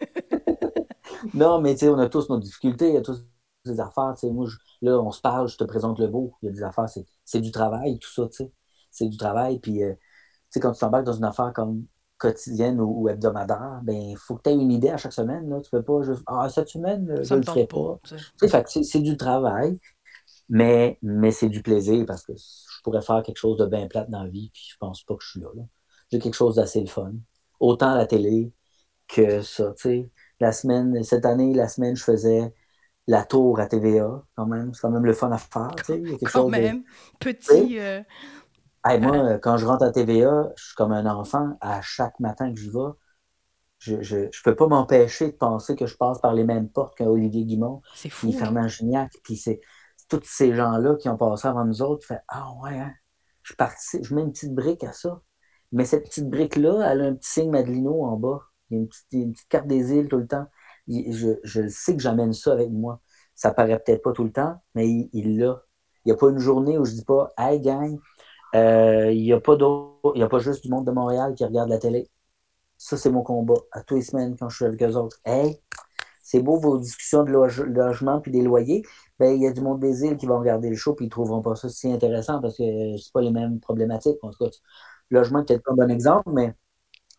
Non, mais tu sais, on a tous nos difficultés, il y a tous des affaires. Tu sais, moi, je- là, on se parle, je te présente le beau. Il y a des affaires, c'est, c'est du travail, tout ça, tu sais. C'est du travail. Puis, euh, tu sais, quand tu t'embarques dans une affaire comme quotidienne ou, ou hebdomadaire, ben, il faut que tu aies une idée à chaque semaine. Là. Tu peux pas juste, ah, cette semaine, euh, je Ça me le ferai tente pas, pas. tu sais. Tu sais, fait que c'est, c'est du travail, mais, mais c'est du plaisir parce que je pourrais faire quelque chose de bien plate dans la vie, puis je pense pas que je suis là, là. J'ai quelque chose d'assez le fun. Autant à la télé que ça, tu sais. La semaine, cette année, la semaine, je faisais la tour à T V A, quand même. C'est quand même le fun à faire, tu sais. Il y a quelque Quand chose de. même, Tu sais, petit... euh, hey, moi, euh, euh, quand je rentre à T V A, je suis comme un enfant. À chaque matin que j'y vais, je, je, je peux pas m'empêcher de penser que je passe par les mêmes portes qu'un Olivier Guimond, c'est puis fou, là. Fernand Gignac, puis c'est c'est tous ces gens-là qui ont passé avant nous autres. Fait, ah ouais, hein, je participe, je mets une petite brique à ça. Mais cette petite brique-là, elle a un petit signe Madelino en bas. Il y a une petite, une petite carte des îles tout le temps. Il- je, je sais que j'amène ça avec moi. Ça paraît peut-être pas tout le temps, mais il il l'a. Il n'y a pas une journée où je dis pas, hey gang, euh, il n'y a pas d'autre, il y a pas juste du monde de Montréal qui regarde la télé. Ça, c'est mon combat. À tous les semaines, quand je suis avec eux autres. Hey, c'est beau vos discussions de loge- logement puis des loyers. Ben, il y a du monde des îles qui vont regarder le show puis ils trouveront pas ça si intéressant parce que c'est pas les mêmes problématiques. En tout cas, logement est peut-être pas un bon exemple, mais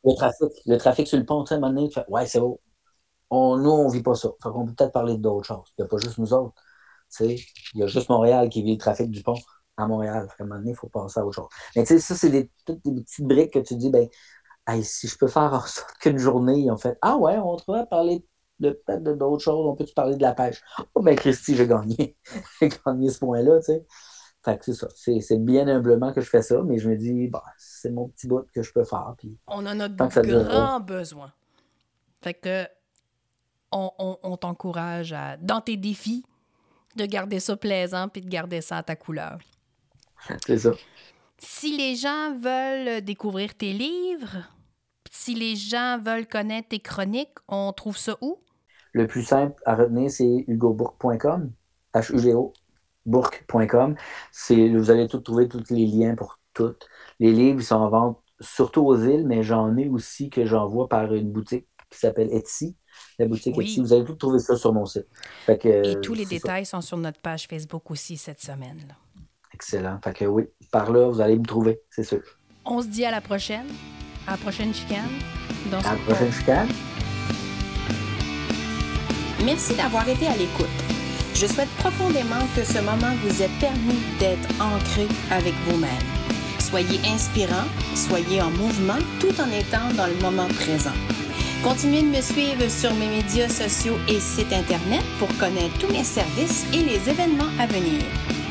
le trafic, le trafic sur le pont, tu sais, à un moment donné, tu fais, ouais, c'est beau. On, nous, on vit pas ça. Fait qu'on peut peut-être parler d'autres choses. Il n'y a pas juste nous autres. Tu sais, il y a juste Montréal qui vit le trafic du pont à Montréal. Fait qu'à un moment donné, il faut penser à autre chose. Mais tu sais, ça, c'est des, toutes des petites briques que tu dis, ben, hey, si je peux faire en sorte qu'une journée, ils ont fait, ah ouais, on pourrait parler de peut-être de d'autres choses, on peut parler de la pêche. Oh, ben, Christy, j'ai gagné. J'ai gagné ce point-là, tu sais. Fait que c'est ça. C'est, c'est bien humblement que je fais ça, mais je me dis, bah, c'est mon petit bout que je peux faire. Puis, on en a tant que ça dure grand pas. besoin. Fait que on, on, on t'encourage à, dans tes défis, de garder ça plaisant puis de garder ça à ta couleur. C'est ça. Si les gens veulent découvrir tes livres, si les gens veulent connaître tes chroniques, on trouve ça où? Le plus simple à retenir, c'est hugo bourque point com. H U G O bourque point com. C'est, vous allez tout trouver, tous les liens pour tout. Les livres ils sont en vente surtout aux îles, mais j'en ai aussi que j'envoie par une boutique qui s'appelle Etsy. La boutique Oui. Etsy. Vous allez tout trouver ça sur mon site. Fait que, Et tous les c'est détails ça. sont sur notre page Facebook aussi cette semaine. Là. Excellent. Fait que oui, par là, vous allez me trouver, c'est sûr. On se dit à la prochaine. À la prochaine chicane. Dans À la ce prochaine chicane. Merci d'avoir été à l'écoute. Je souhaite profondément que ce moment vous ait permis d'être ancré avec vous-même. Soyez inspirant, soyez en mouvement tout en étant dans le moment présent. Continuez de me suivre sur mes médias sociaux et sites Internet pour connaître tous mes services et les événements à venir.